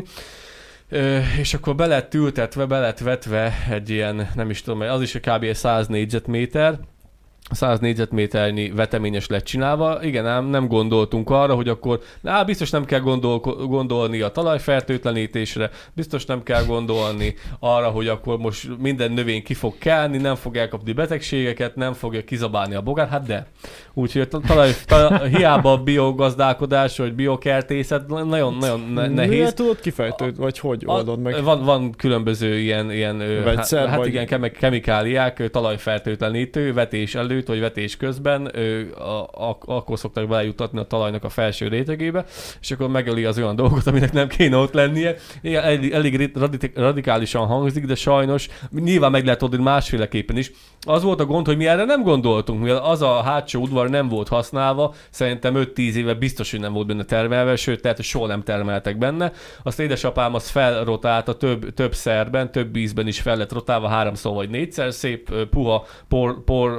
C: És akkor be lett ültetve, be lett vetve egy ilyen, nem is tudom, az is kb. 100 négyzetméter, 100 négyzetméternyi veteményes lett csinálva. Igen, nem gondoltunk arra, hogy akkor biztos nem kell gondolni a talajfertőtlenítésre, biztos nem kell gondolni arra, hogy akkor most minden növény ki fog kelni, nem fog elkapni betegségeket, nem fogja kizabálni a bogát, hát de. Úgyhogy hiába a biogazdálkodás, vagy biokertészet, nagyon nehéz.
B: Miért tudod kifejtőd, vagy hogy oldod meg?
C: Van különböző ilyen
B: vegyszer,
C: hát igen, kemikáliák, talajfertőtlenítő, vetés előtt, vagy vetés közben, akkor szoktak belejutatni a talajnak a felső rétegébe, és akkor megöli az olyan dolgot, aminek nem kéne ott lennie. Elég radikálisan hangzik, de sajnos nyilván meg lehet oldani másféleképpen is. Az volt a gond, hogy mi erre nem gondoltunk, mivel az a hátsó udvar nem volt használva, szerintem 5-10 éve biztos, hogy nem volt benne termelve, sőt, lehet, hogy soha nem termeltek benne. Azt édesapám az felrotálta több szerben, több ízben is fel lett rotálva, 3-szor vagy 4-szer, szép, puha, porhanyós lett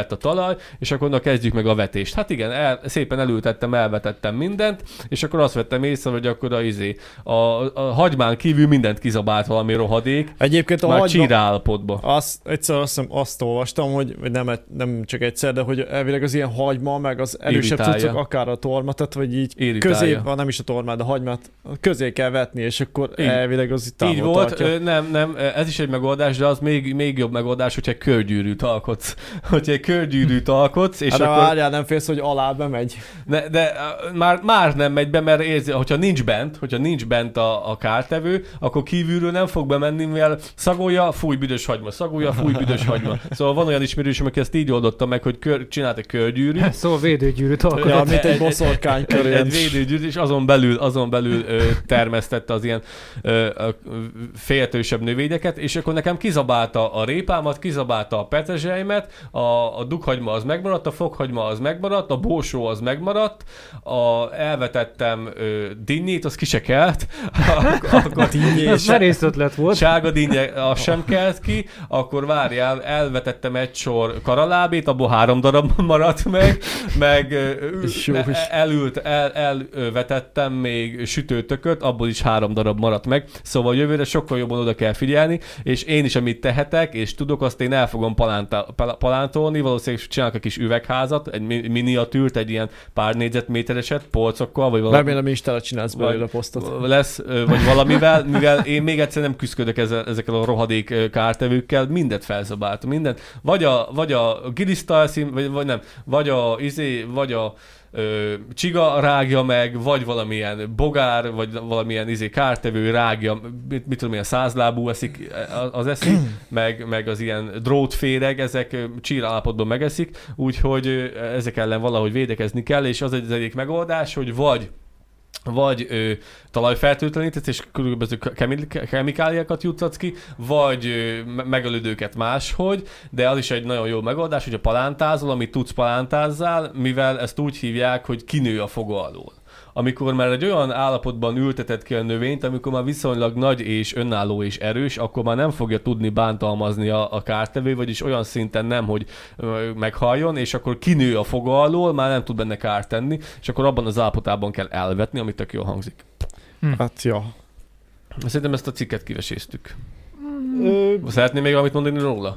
C: lett a talaj, és akkor na kezdjük meg a vetést. Hát igen, szépen elültettem, elvetettem mindent, és akkor azt vettem észre, hogy akkor a hagymán kívül mindent kizabált valami rohadék.
B: Egyébként a
C: már csíra állapotba.
B: Egyszer azt olvastam, hogy nem csak egyszer, de hogy elvileg az ilyen hagyma, meg az erősebb cuccok, akár a tormatat, vagy így közé, nem is a tormát, de a hagymát közé kell vetni, és akkor elvileg az itt távol tartja.
C: Így volt, nem, ez is egy megoldás, de az még jobb megoldás, hogyha egy körgyűrűt alkotsz. Hogyha egy körgyűrűt alkotsz, és
B: akkor... várjál, nem félsz, hogy alá bemegy.
C: De már nem megy be, mert érzi, hogyha nincs bent a kártevő, akkor kívülről nem fog bemenni, mivel szagolja, fúj, büdös hagyma, szagolja, fúj, büdös hagyma. Szóval van olyan ismerősöm, aki ezt így oldotta meg, hogy csinált egy körgyűrűt.
A: Szóval védőgyűrűt alkotott.
B: Ja, mint egy boszorkány körül.
C: Egy védőgyűrűt, és azon belül termesztette az ilyen féltősebb növényeket, és akkor nekem kizabálta a répámat, kizabálta a petrezselymet, a dughagyma az megmaradt, a fokhagyma az megmaradt, a bósó az megmaradt, elvetettem dinnyét, az ki se kelt, akkor
A: ez merész ötlet volt.
C: Sárga dinnye, az sem kelt ki, akkor várjál, elvetettem egy sor karalábét, abból 3 darab maradt meg elvetettem még sütőtököt, abból is 3 darab maradt meg, szóval jövőre sokkal jobban oda kell figyelni, és én is, amit tehetek, és tudok, azt én el fogom palántolni, valószínűleg csinálok egy kis üvegházat, egy miniatűrt, egy ilyen pár négyzetmétereset, polcokkal, vagy valami.
B: Remélem, is tele csinálsz belőle posztot.
C: Lesz, vagy valamivel, mivel én még egyszer nem küzdök ezekkel a rohadék kártevőkkel, mindent felszabáltam, mindent. Vagy a giliszta vagy nem, vagy a csiga rágja meg, vagy valamilyen bogár, vagy valamilyen kártevő rágja, mit tudom, ilyen 100 lábú eszik, meg az ilyen drótféreg, ezek csír állapotban megeszik, úgyhogy ezek ellen valahogy védekezni kell, és az egyik megoldás, hogy vagy talajfertőtlenítesz, és különböző kemikáliákat juttatsz ki, vagy megölöd őket máshogy, de az is egy nagyon jó megoldás, hogy a palántázol, amit tudsz palántázzál, mivel ezt úgy hívják, hogy kinő a foga alól. Amikor már egy olyan állapotban ülteted ki a növényt, amikor már viszonylag nagy és önálló és erős, akkor már nem fogja tudni bántalmazni a kártevő, vagyis olyan szinten nem, hogy meghaljon, és akkor kinő a foga alól, már nem tud benne kárt tenni, és akkor abban az állapotában kell elvetni, amit tök jól hangzik.
B: Hát ja.
C: Szerintem ezt a cikket kiveséztük. Szeretném még valamit mondani róla?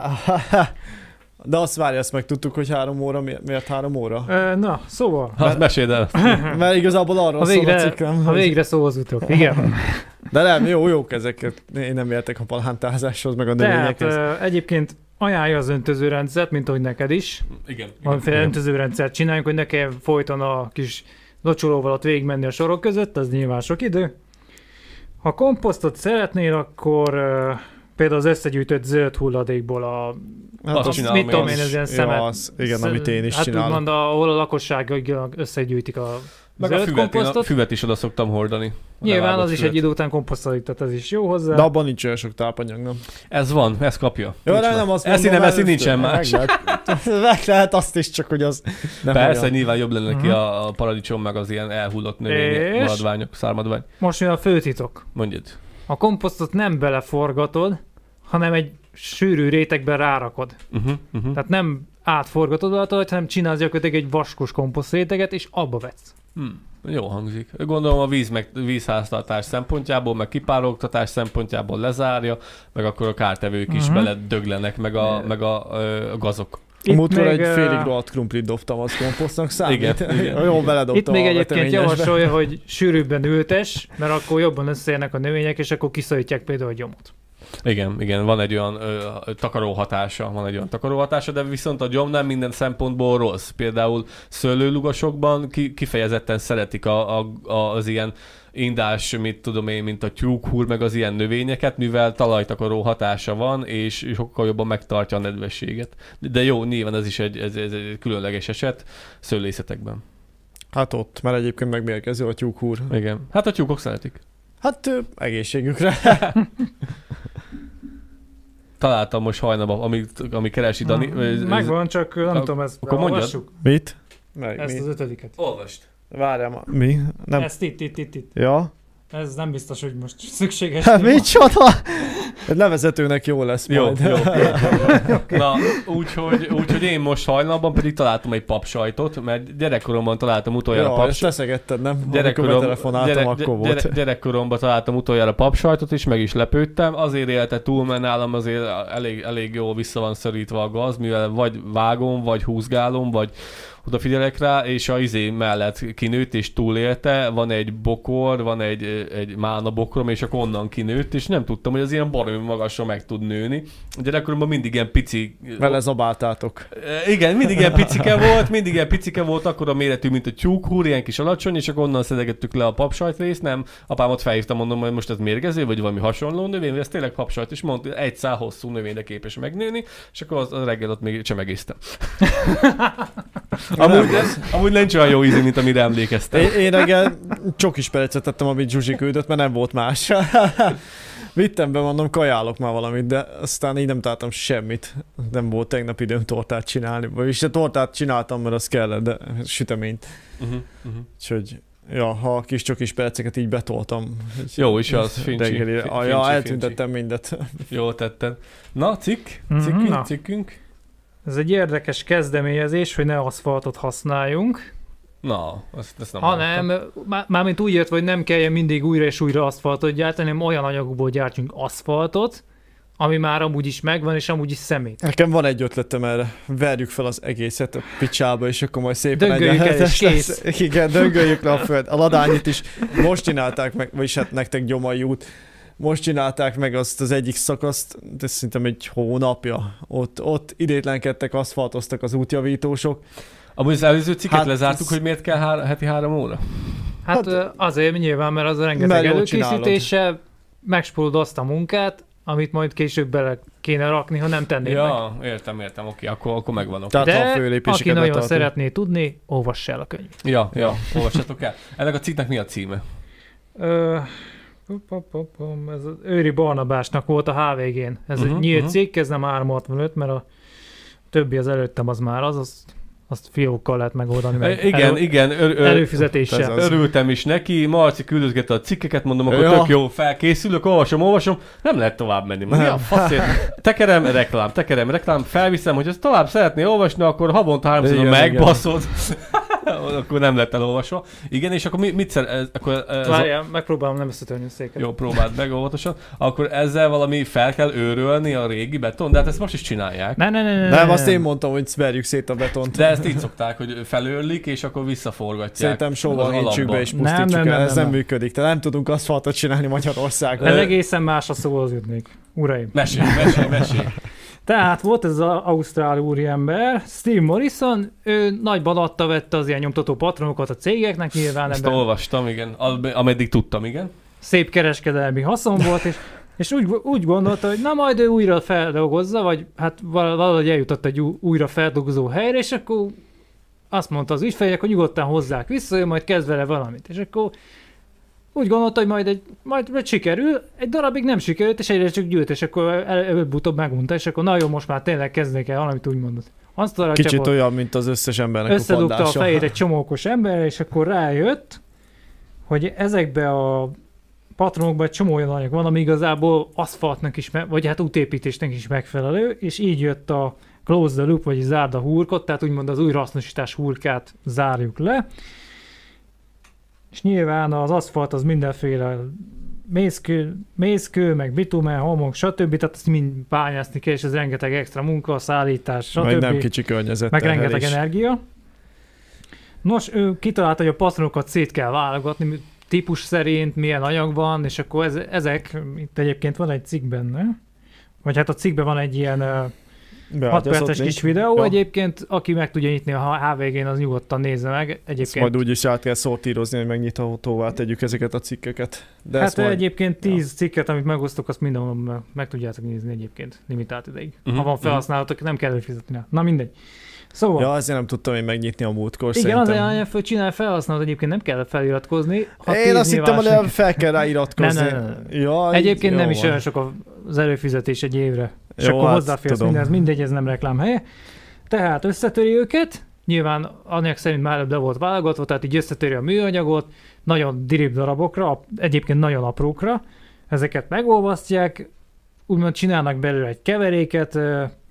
B: De azt várja, ezt megtudtuk, hogy 3 óra, miért 3 óra?
A: Na, szóval.
C: Hát meséld el.
B: Mert igazából arról szól a cikkem.
A: Ha végre szóhoz jutok, igen.
B: De nem, jók ezeket. Én nem értek a palántázáshoz, meg a növényekhez.
A: Tehát egyébként ajánlja az öntözőrendszert, mint ahogy neked is.
C: Igen.
A: Valamiféle öntözőrendszert csináljunk, hogy ne kell folyton a kis locsolóval ott végigmenni a sorok között, az nyilván sok idő. Ha komposztot szeretnél, akkor például az összegyűjtött zöld hulladékból mit tudom én, ez ilyen szemet.
B: Igen, amit én is csinálok.
A: Hát úgymond, ahol a lakosság összegyűjtik a
C: meg zöld komposztot. Én a füvet is oda szoktam hordani.
A: Nyilván az is egy idő után komposztolódik, tehát ez is jó hozzá.
B: De abban nincs olyan sok tápanyag, nem?
C: Ez van, ez kapja.
B: Jó, nem azt
C: mondom, eszi nincsen más.
B: Meg lehet azt is, csak hogy az...
C: Persze, olyan. Nyilván jobb lenne neki a paradicsom, meg az ilyen elhullott növények, maradványok, szármadvány.
A: Most jön a főtitok.
C: Mondjad.
A: A komposztot nem beleforgatod, hanem egy sűrű rétegben rárakod. Tehát nem átforgatod alatt, hanem csinálsz gyakorlatilag egy vaskos komposzt réteget, és abba vetsz.
C: Jó hangzik. Gondolom a vízháztartás szempontjából, meg kipárologtatás szempontjából lezárja, meg akkor a kártevők is beledöglenek, meg a gazok.
B: Múltkor egy félig rohadt krumplit dobtam, az komposztnak számít.
C: Igen.
B: Jól beledobtam.
A: Itt még egyébként javasolja, hogy sűrűbben ültes, mert akkor jobban összeérnek a növények, és akkor kiszorítják például a gyomot.
C: Igen, van egy olyan takaró hatása, de viszont a gyom nem minden szempontból rossz. Például szőlőlugasokban kifejezetten szeretik az ilyen indás, mit tudom én, mint a tyúkhúr, meg az ilyen növényeket, mivel talajtakaró hatása van, és sokkal jobban megtartja a nedvességet. De jó, nyilván ez is egy különleges eset szőlészetekben.
B: Hát ott, mert egyébként megmérgező a tyúkhúr.
C: Igen, hát a tyúkok szeretik.
B: Hát egészségükre.
C: Találtam most hajnalban, ami keresi Dani.
A: Megvan, csak nem tudom, ezt
C: akkor
A: olvassuk.
B: Mit?
A: Ezt az 5.
C: Olvasd.
B: Várjál, mi? Nem.
A: Ezt itt.
B: Ja?
A: Ez nem biztos, hogy most szükséges.
B: Hát micsoda? Levezetőnek jó lesz majd.
C: Jó. Na, úgyhogy én most hajnalban pedig találtam egy papsajtot, mert gyerekkoromban találtam utoljára
B: papsajtot. Ezt teszegetted, nem? Akkor volt.
C: Gyerekkoromban találtam utoljára papsajtot, és meg is lepődtem. Azért élte túl, mert nálam azért elég jól vissza van szorítva a gaz, mivel vagy vágom, vagy húzgálom, vagy odafigyelek rá, és a izé mellett kinőtt és túlélte, van egy bokor, van egy mána bokrom, és akkor onnan kinőtt, és nem tudtam, hogy az ilyen baromi magasra meg tud nőni. Gyerekkoromban mindig ilyen pici...
B: Vele zabáltátok.
C: Igen, mindig ilyen picike volt, akkor a méretű, mint a tyúkhúr, ilyen kis alacsony, és akkor onnan szedegettük le a papsajtrészt, nem, apámat felhívtam, mondom, hogy most ez mérgező, vagy valami hasonló növény, vagy ez tényleg papsajt, és mondta, egy szál hosszú növényre képes megnőni, és akkor az reggel ott még csemegéztem. Amúgy nincs olyan jó ízű, mint amire emlékeztem.
B: Én reggel csokis perecet tettem, amit Zsuzsi küldött, mert nem volt más. Vittem be, mondom, kajálok már valamit, de aztán így nem találtam semmit. Nem volt tegnap időm tortát csinálni. Vagyis a tortát csináltam, mert az kellett, de süteményt. Úgyhogy, ja, ha a kis csokis perceket így betoltam.
C: Jó is az, fincsi.
B: Eltüntettem mindet.
C: Jól tetted. Na, cikkünk.
A: Ez egy érdekes kezdeményezés, hogy ne aszfaltot használjunk.
C: Na, ezt nem
A: hanem, mármint úgy értve, hogy nem kelljen mindig újra és újra aszfaltot gyártani, hanem olyan anyagokból gyártsunk aszfaltot, ami már amúgy is megvan, és amúgy is szemét.
B: Nekem van egy ötletem erre. Verjük fel az egészet a picsába, és akkor majd szépen
A: döngöljük el, és kész.
B: Igen, döngöljük le a föld. A ladányit is most csinálták meg, vagyis hát nektek Gyomai út. Most csinálták meg azt az egyik szakaszt, de szerintem egy hónapja. Ott idétlenkedtek, aszfaltoztak az útjavítósok.
C: Amúgy az előző cikket lezártuk, hogy miért kell heti 3 óra?
A: Hát azért nyilván, mert az a rengeteg előkészítése megspórolod azt a munkát, amit majd később bele kéne rakni, ha nem tennéd
C: meg. Értem, oké, akkor megvanok.
A: De aki nagyon szeretné tudni, olvass el a könyvet.
C: Ja, olvassatok el. Ennek a cikknek mi a címe?
A: Ez az Őri Barnabásnak volt a HVG-n. Ez egy nyílt cikk, ez nem 365, mert a többi az előttem az már azt fiókkal lehet megoldani meg.
C: Igen.
A: Előfizetéssel.
C: Örültem is neki, Marci küldözgette a cikkeket, mondom, akkor tök jó, felkészülök, olvasom, nem lehet tovább menni. Mi a faszért? Tekerem, reklám, felviszem, hogy ezt tovább szeretné olvasni, akkor havonta 3-szor megbaszod. Akkor nem lett elolvasva. Igen, és akkor mit
A: Várjál, megpróbálom nem összetörni a széket.
C: Jó, próbáld meg óvatosan. Akkor ezzel valami fel kell őrölni a régi beton, de hát ezt most is csinálják.
B: Nem, azt én mondtam, hogy verjük szét a betont.
C: De ezt így szokták, hogy felőrlik, és akkor visszaforgatják.
B: Szerintem sóvalgítsuk be és pusztítsuk el, ez nem működik. Tehát nem tudunk aszfaltot csinálni Magyarországon.
A: Ez egészen más a szóhoz jutnék. Uraim.
C: Mesélj.
A: Tehát volt ez az ausztrál úriember, Steve Morrison, ő nagyban adta vette az ilyen nyomtató patronokat a cégeknek, nyilván
C: ezt olvastam, igen, ameddig tudtam, igen.
A: Szép kereskedelmi haszon volt, és úgy gondolta, hogy na majd ő újra feldolgozza, vagy hát valahogy eljutott egy újra feldolgozó helyre, és akkor azt mondta az ügyfelek, hogy nyugodtan hozzák vissza, ő majd kezd vele valamit. És akkor úgy gondolta, hogy majd sikerül, egy darabig nem sikerült, és egyre csak gyűlt, és akkor előbb-utóbb megunta, és akkor na jó, most már tényleg kezdeni el valamit úgy mondod.
B: Kicsit olyan, mint az összes embernek
A: összedugta a fejét egy csomókos ember, és akkor rájött, hogy ezekbe a patronokban egy csomó olyan anyag van, ami igazából aszfaltnak is, vagy hát útépítésnek is megfelelő, és így jött a close the loop, vagy zárd a hurkot, tehát úgymond az újrahasznosítás hurkát zárjuk le. És nyilván az aszfalt az mindenféle mészkő, meg bitumen, homok, stb. Tehát azt mind bányászni kell, és ez rengeteg extra munka, szállítás, stb.
B: Meg nem kicsi környezet.
A: Meg rengeteg energia. Nos, ő kitalálta, hogy a patronokat szét kell válogatni, típus szerint, milyen anyagban, és akkor ezek, itt egyébként van egy cikk benne, vagy hát a cikkben van egy ilyen 6 perces kis videó, egyébként aki meg tudja nyitni a HVG-n, az nyugodtan nézze meg. Egyébként...
B: Ezt majd úgyis át kell szortírozni, hogy megnyithatóvá tegyük ezeket a cikkeket.
A: De hát egyébként 10 cikket, amit megosztok, azt mindenhol meg tudjátok nézni egyébként limitált ideig. Ha van felhasználatok, nem kell előfizetni. Na mindegy. Szóval...
B: Ja, azért nem tudtam én megnyitni a múltkor.
A: Igen, szerintem... azért hogy csinálj felhasználat, egyébként nem kell feliratkozni.
B: Én azt hittem, hogy fel kell rá iratkozni.
A: Ja, egyébként nem is olyan sok az előfizetés egy évre. És jó, akkor hozzáférsz mindenhez, mindegy, ez nem reklámhelye. Tehát összetöri őket, nyilván anyag szerint már előbb le volt válogatva, tehát így összetöri a műanyagot, nagyon dirib darabokra, egyébként nagyon aprókra, ezeket megolvasztják, úgymond csinálnak belőle egy keveréket,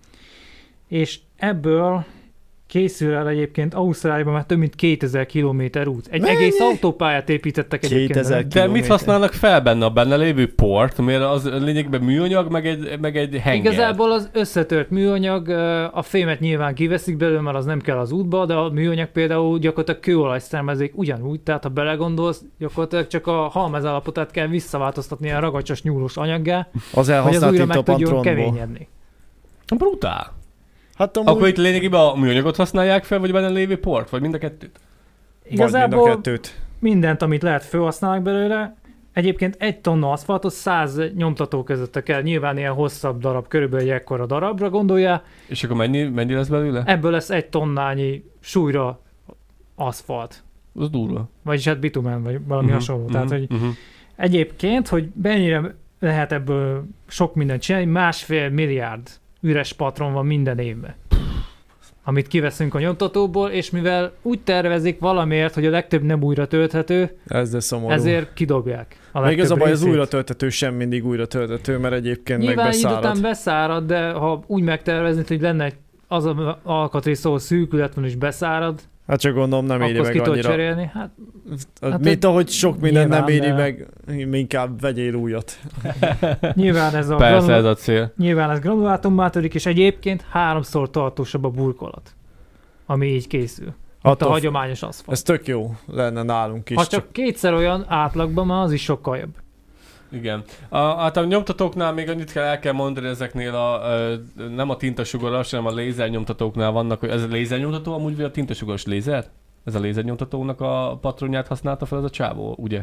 A: és ebből készül el egyébként Ausztráliában már több mint 2000 kilométer út. Egész autópályát építettek egyébként.
C: De mit használnak fel benne a benne lévő port? Mert az lényegben műanyag, meg egy henger.
A: Igazából az összetört műanyag, a fémet nyilván kiveszik belőle, mert az nem kell az útba, de a műanyag például gyakorlatilag kőolaj származik ugyanúgy, tehát ha belegondolsz, gyakorlatilag csak a halmazállapotát kell visszaváltoztatni a ragacsos nyúlós anyaggá,
B: hogy az újra meg tudjon
A: keményedni.
C: Brutál. Hát akkor itt lényegében a műanyagot használják fel, vagy benne lévő port, vagy mind a kettőt?
A: Igazából mind a kettőt. Mindent, amit lehet, felhasználnak belőle. Egyébként 1 tonna aszfaltot 100 nyomtató között kell. Nyilván ilyen hosszabb darab, körülbelül ekkora darabra gondolja.
C: És akkor mennyi lesz belőle?
A: Ebből lesz 1 tonnányi súlyra aszfalt.
C: Az durva.
A: Vagyis hát bitumen, vagy valami hasonló. Tehát, hogy egyébként, hogy mennyire lehet ebből sok mindent csinálni, 1,5 milliárd üres patron van minden évben, amit kiveszünk a nyomtatóból, és mivel úgy tervezik valamiért, hogy a legtöbb nem újra tölthető, ezért kidobják.
B: Még az a baj, az újra tölthető sem mindig újra tölthető, mert egyébként
A: nyilván
B: meg beszárad.
A: Nyilván után beszárad, de ha úgy megtervezni, hogy lenne az a alkatrész, ahol szűkület van és beszárad,
B: hát csak gondolom nem éri meg annyira.
A: Cserélni. Hát
B: mint ahogy sok minden nem éri meg, inkább vegyél újat.
A: Nyilván ez
C: Persze, ez a cél.
A: Nyilván ez granulátummá törik, és egyébként 3-szor tartósabb a burkolat, ami így készül. Hát a hagyományos aszfalt.
B: Ez tök jó lenne nálunk is.
A: Ha csak 2-szer olyan átlagban, már az is sokkal jobb.
C: Igen. Hát a nyomtatóknál még annyit el kell mondani, ezeknél nem a tintasugaras, hanem a lézernyomtatóknál vannak, hogy ez a lézernyomtató amúgy vagy a tintasugaras lézer? Ez a lézernyomtatónak a patronját használta fel ez a csávó, ugye?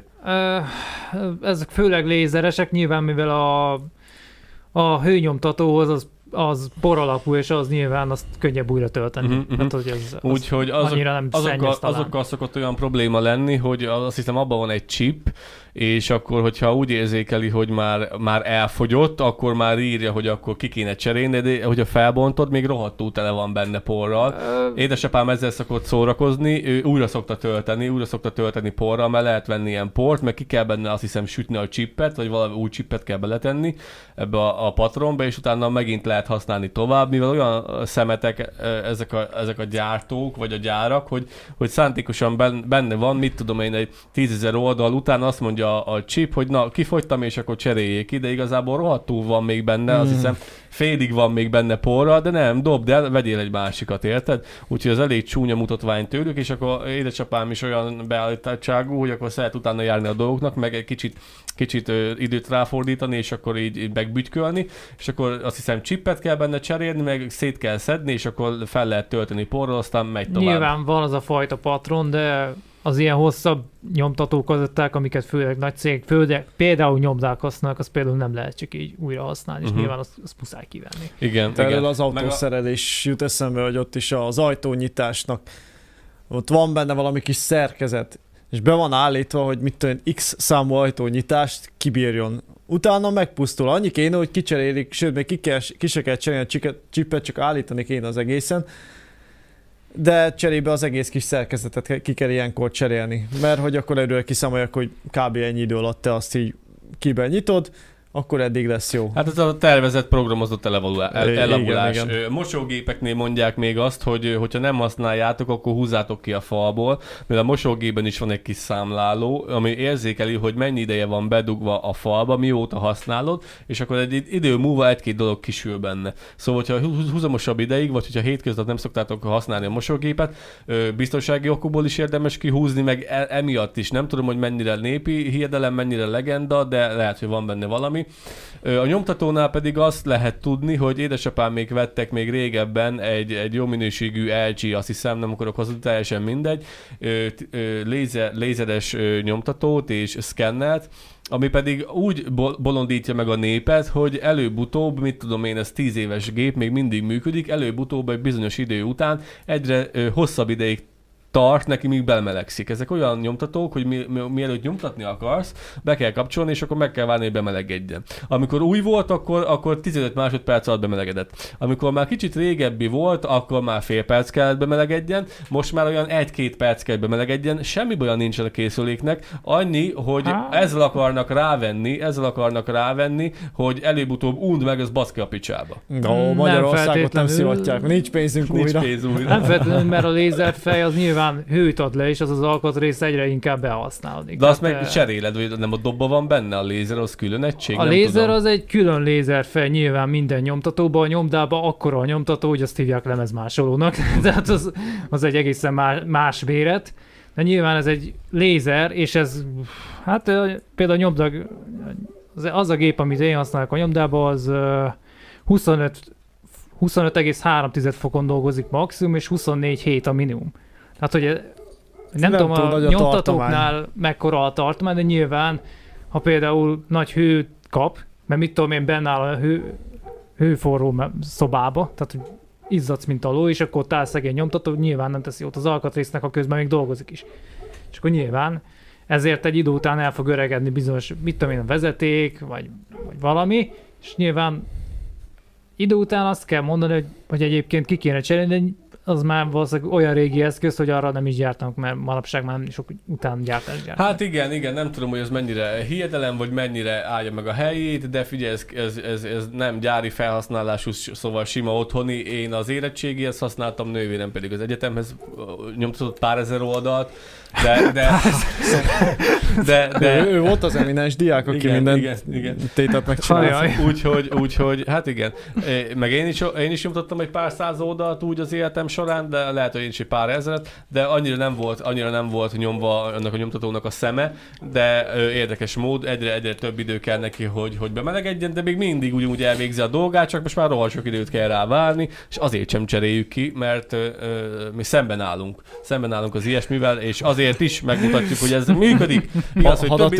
A: Ezek főleg lézeresek, nyilván mivel a hőnyomtatóhoz az por alapú, és az nyilván azt könnyebb újra tölteni. Hát, hogy ez
C: úgyhogy azokkal szokott olyan probléma lenni, hogy azt hiszem abban van egy chip, és akkor, hogyha úgy érzékeli, hogy már elfogyott, akkor már írja, hogy akkor ki kéne cserélni, de hogyha felbontod, még rohadtul tele van benne porral. Édesapám ezzel szokott szórakozni, ő újra szokta tölteni porral, mert lehet venni ilyen port, meg ki kell benne azt hiszem sütni a chipet, vagy valami új chipet kell beletenni ebbe a patronba, és utána megint lehet használni tovább, mivel olyan szemetek ezek a gyártók, vagy a gyárak, hogy szándékosan benne van, mit tudom én, egy 10 000 oldal után azt mondja a chip, hogy na, kifogytam, és akkor cseréljék ki, de igazából rohadtul van még benne, azt hiszem félig van még benne porral, de nem, dobd el, vegyél egy másikat, érted? Úgyhogy az elég csúnya mutatvány tőlük, és akkor édesapám is olyan beállítottságú, hogy akkor szeret utána járni a dolgoknak, meg egy kicsit időt ráfordítani, és akkor így megbütykölni, és akkor azt hiszem chipet kell benne cserélni, meg szét kell szedni, és akkor fel lehet tölteni porral, aztán megy tovább.
A: Nyilván van az a fajta patron, de az ilyen hosszabb nyomtatók azották, amiket főleg nagy cég, például nyomdák használnak, az például nem lehet csak így újra használni, és nyilván azt muszáj kivenni.
C: Igen.
B: Erről az autószerelés jut eszembe, hogy ott is az ajtónyitásnak, ott van benne valami kis szerkezet, és be van állítva, hogy mit tudom, X számú ajtónyitást kibírjon. Utána megpusztul. Annyi kéne, hogy kicserélik, sőt, még ki se kell cserélni a csipet, csak állítani kéne az egészen. De cserébe az egész kis szerkezetet ki kell ilyenkor cserélni. Mert hogy akkor erről kiszámolják, hogy kb. Ennyi idő alatt te azt így kiben nyitod, akkor eddig lesz jó.
C: Hát ez a tervezett programozott elavulás. Igen. Mosógépeknél mondják még azt, hogy hogyha nem használjátok, akkor húzzátok ki a falból, mert a mosógépben is van egy kis számláló, ami érzékeli, hogy mennyi ideje van bedugva a falba, mióta használod, és akkor egy idő múlva egy-két dolog kisül benne. Szóval, hogyha húzamosabb ideig, vagy hogyha hétköznap nem szoktátok használni a mosógépet, biztonsági okokból is érdemes kihúzni, meg emiatt is. Nem tudom, hogy mennyire népi hiedelem, mennyire legenda, de lehet, hogy van benne valami. A nyomtatónál pedig azt lehet tudni, hogy édesapám még vettek még régebben egy jó minőségű LG, azt hiszem, nem akarok hazudni, teljesen mindegy, lézeres nyomtatót és szkennelt, ami pedig úgy bolondítja meg a népet, hogy előbb-utóbb, mit tudom én, ez 10 éves gép még mindig működik, előbb-utóbb egy bizonyos idő után egyre hosszabb ideig tart neki, míg belemelegszik. Ezek olyan nyomtatók, hogy mielőtt nyomtatni akarsz, be kell kapcsolni, és akkor meg kell várni, hogy bemelegedjen. Amikor új volt, akkor 15 másodperc alatt bemelegedett. Amikor már kicsit régebbi volt, akkor már fél perc kellett bemelegedjen, most már olyan 1-2 perc kell bemelegedjen, semmi olyan nincsen a készüléknek, annyi, hogy ezzel akarnak rávenni, hogy előbb-utóbb und meg, az baszki a picsába.
B: No, Magyarországot nem szivatják, nincs pénzünk újra.
A: Nem feltétlenül, mert a lézerfej az nyilván hőt ad le, és az alkatrész egyre inkább behasználódik.
C: De azt meg cseréled, vagy nem a dobba van benne? A lézer az külön egység?
A: A lézer az egy külön lézerfej nyilván minden nyomtatóban, a nyomdában akkora a nyomtató, hogy azt hívják lemezmásolónak. Tehát az egy egészen más méret. De nyilván ez egy lézer, és ez, hát például nyomdag, az a gép, amit én használok a nyomdában, az 25,3 fokon dolgozik maximum, és 24,7 a minimum. Tehát, hogy nem tudom, a nyomtatóknál mekkora a tartomány, de nyilván, ha például nagy hőt kap, mert mit tudom én, benne áll a hőforró szobába, tehát hogy izzadsz, mint a ló, és akkor tál szegény nyomtató, nyilván nem teszi jót az alkatrésznek, a közben még dolgozik is. És akkor nyilván ezért egy idő után el fog öregedni bizonyos, mit tudom én, a vezeték, vagy valami, és nyilván idő után azt kell mondani, hogy egyébként ki kéne cserélni, de az már valószínűleg olyan régi eszköz, hogy arra nem is gyártanak, mert manapság már sok után gyártanak.
C: Hát igen, nem tudom, hogy ez mennyire hiedelem, vagy mennyire állja meg a helyét, de figyelj, ez nem gyári felhasználású, szóval sima otthoni. Én az érettségihez használtam, nővérem pedig az egyetemhez nyomtatott pár ezer oldalt, de
B: ő volt az eminens diák, aki minden tételt megcsinálta.
C: Úgyhogy, hát igen. Meg én is nyomtattam egy pár száz oldalt úgy az életem során, de lehet, hogy én is egy pár ezeret, de annyira nem volt nyomva annak a nyomtatónak a szeme, de érdekes mód, egyre több idő kell neki, hogy bemelegedjen, de még mindig úgy elvégzi a dolgát, csak most már rohadt sok időt kell rá várni, és azért sem cseréljük ki, mert mi szemben állunk az ilyesmivel, és azért is megmutatjuk, hogy ez működik.
B: Igaz, hogy hadat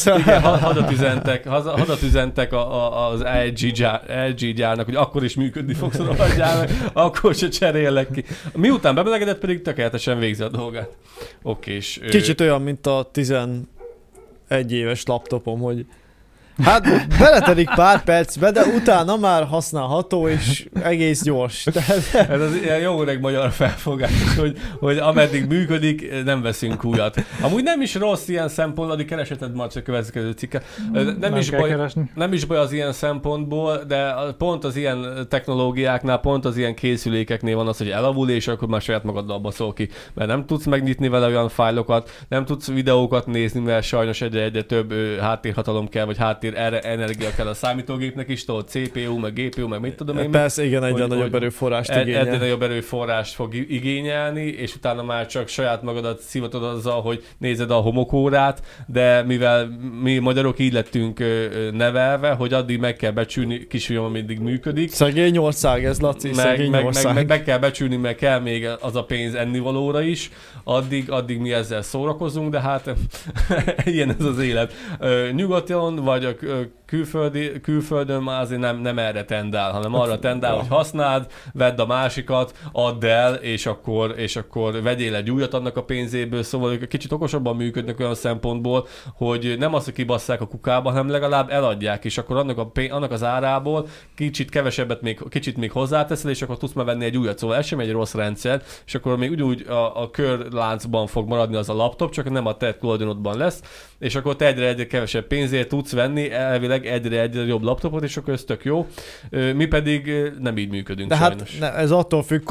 C: üzentek az LG gyárnak, hogy akkor is működni fogsz a gyárnak, akkor se cserélek ki. Miután bemelegedett, pedig tökéletesen végzi a dolgát. És
B: kicsit olyan, mint a 11 éves laptopom, hogy hát beletelik pár percbe, de utána már használható és egész gyors.
C: Ez az ilyen jó öreg magyar felfogás, hogy ameddig működik, nem veszünk újat. Amúgy nem is rossz ilyen szempontból, addig kereseted már csak következő cikket. Nem is baj az ilyen szempontból, de pont az ilyen technológiáknál, pont az ilyen készülékeknél van az, hogy elavul, és akkor már saját magaddal baszol ki. Mert nem tudsz megnyitni vele olyan fájlokat, nem tudsz videókat nézni, mert sajnos egyre több háttérhatalom kell, vagy erre energia kell a számítógépnek is, tudod, CPU, meg GPU, meg mit tudom én.
B: Persze, igen, egyre nagyobb erőforrást igényel.
C: Egyre nagyobb erőforrást fog igényelni, és utána már csak saját magadat szivatod azzal, hogy nézed a homokórát, de mivel mi magyarok így lettünk nevelve, hogy addig meg kell becsülni, kisfiam, ameddig működik.
B: Szegény ország ez, Laci, szegény ország.
C: Meg kell becsülni, meg kell még az a pénz ennivalóra is, addig mi ezzel szórakozunk, de hát ilyen ez az élet. Nyugaton vagy a külföldön már azért nem erre tendál, hanem arra tendál, hogy használd, vedd a másikat, add el, és akkor vegyél egy újat annak a pénzéből, szóval ők kicsit okosabban működnek olyan szempontból, hogy nem azt, hogy kibasszák a kukába, hanem legalább eladják, és akkor annak az árából kicsit még hozzáteszel, és akkor tudsz már venni egy újat, szóval ez sem egy rossz rendszer, és akkor még úgy a körláncban fog maradni az a laptop, csak nem a te tulajdonodban lesz, és akkor te egyre kevesebb pénzért tudsz venni elvileg egyre jobb laptopot, és akkor ez tök jó. Mi pedig nem így működünk
B: de
C: sajnos.
B: Hát ez attól függ,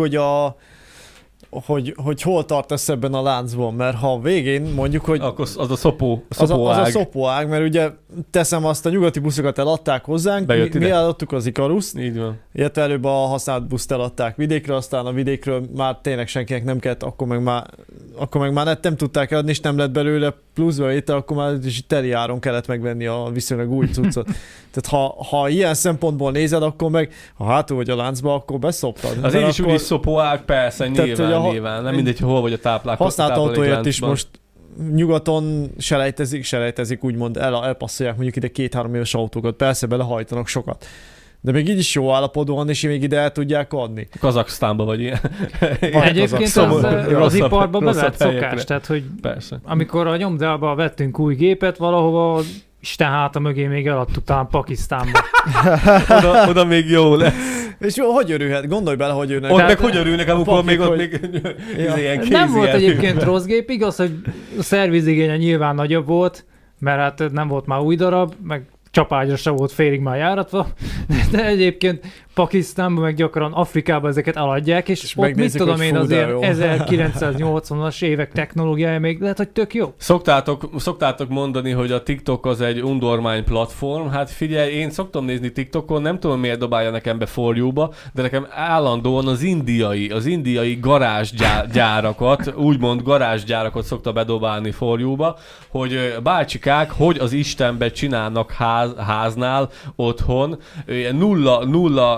B: hogy hol tartasz ebben a láncban, mert ha a végén mondjuk, hogy...
C: Akkor az a szopóág.
B: Az a szopóág, mert ugye teszem azt, a nyugati buszokat eladták hozzánk, mi eladtuk az Ikaruszt,
C: így van.
B: Illetve előbb a használt buszt eladták vidékre, aztán a vidékről már tényleg senkinek nem kellett, akkor meg már nem tudták eladni, és nem lett belőle pluszba vétel, akkor már teli áron kellett megvenni a viszonylag új cuccot. Tehát ha ilyen szempontból nézed, akkor meg, ha hátul vagy a láncba, akkor beszoptad.
C: Az én is úgy is szopóág, persze, nyilván. Nem mindegy, hol vagy a táplálékláncban.
B: Használt autóért is most nyugaton selejtezik, úgymond elpasszolják mondjuk ide 2-3 éves autókat. Persze belehajtanak sokat. De még így is jó állapotban van, és még ide el tudják adni.
C: Kazaksztánban vagy ilyen.
A: Egyébként az iparban bevett szokás, tehát hogy persze. Amikor a nyomdában vettünk új gépet, valahova Isten háta mögé még eladtuk talán Pakisztánba.
C: oda még jó lesz.
B: És jó, hogy örülhet? Gondolj bele, hogy őnek.
C: Ott meg hogy örülnek, amikor még ott még ilyen kézi.
A: Nem volt egyébként rossz gép, igaz, hogy a szervizigénye nyilván nagyobb volt, mert hát nem volt már új darab, meg csapágyra se volt félig már járatva, de egyébként Pakisztánban, meg gyakran Afrikában ezeket eladják, és ott mit tudom én azért 1980-as évek technológiája még lehet, hogy tök jó.
C: Szoktátok mondani, hogy a TikTok az egy undormány platform. Hát figyelj, én szoktam nézni TikTokon, nem tudom miért dobálja nekem be For You-ba, de nekem állandóan az indiai garázsgyárakat, úgymond garázsgyárakat szokta bedobálni For You-ba, hogy bácsikák, hogy az Istenbe csinálnak háznál otthon nulla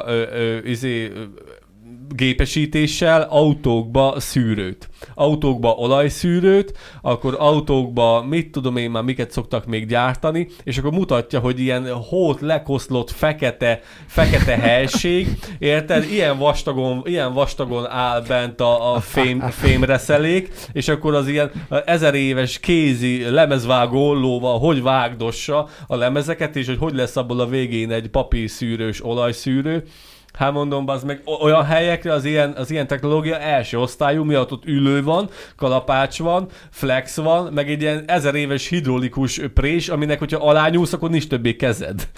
C: gépesítéssel autókba szűrőt. Autókba olajszűrőt, akkor autókba mit tudom én már miket szoktak még gyártani, és akkor mutatja, hogy ilyen hót lekoszlott fekete helység, érted? Ilyen vastagon áll bent a fémreszelék, és akkor az ilyen 1000 éves kézi lemezvágó ollóval hogy vágdossa a lemezeket, és hogy lesz abból a végén egy papírszűrős olajszűrő. Hát mondom, az meg olyan helyekre az ilyen technológia első osztályú, miatt ott ülő van, kalapács van, flex van, meg egy ilyen 1000 éves hidrolikus prés, aminek, hogyha alányúlsz, akkor nincs többé kezed.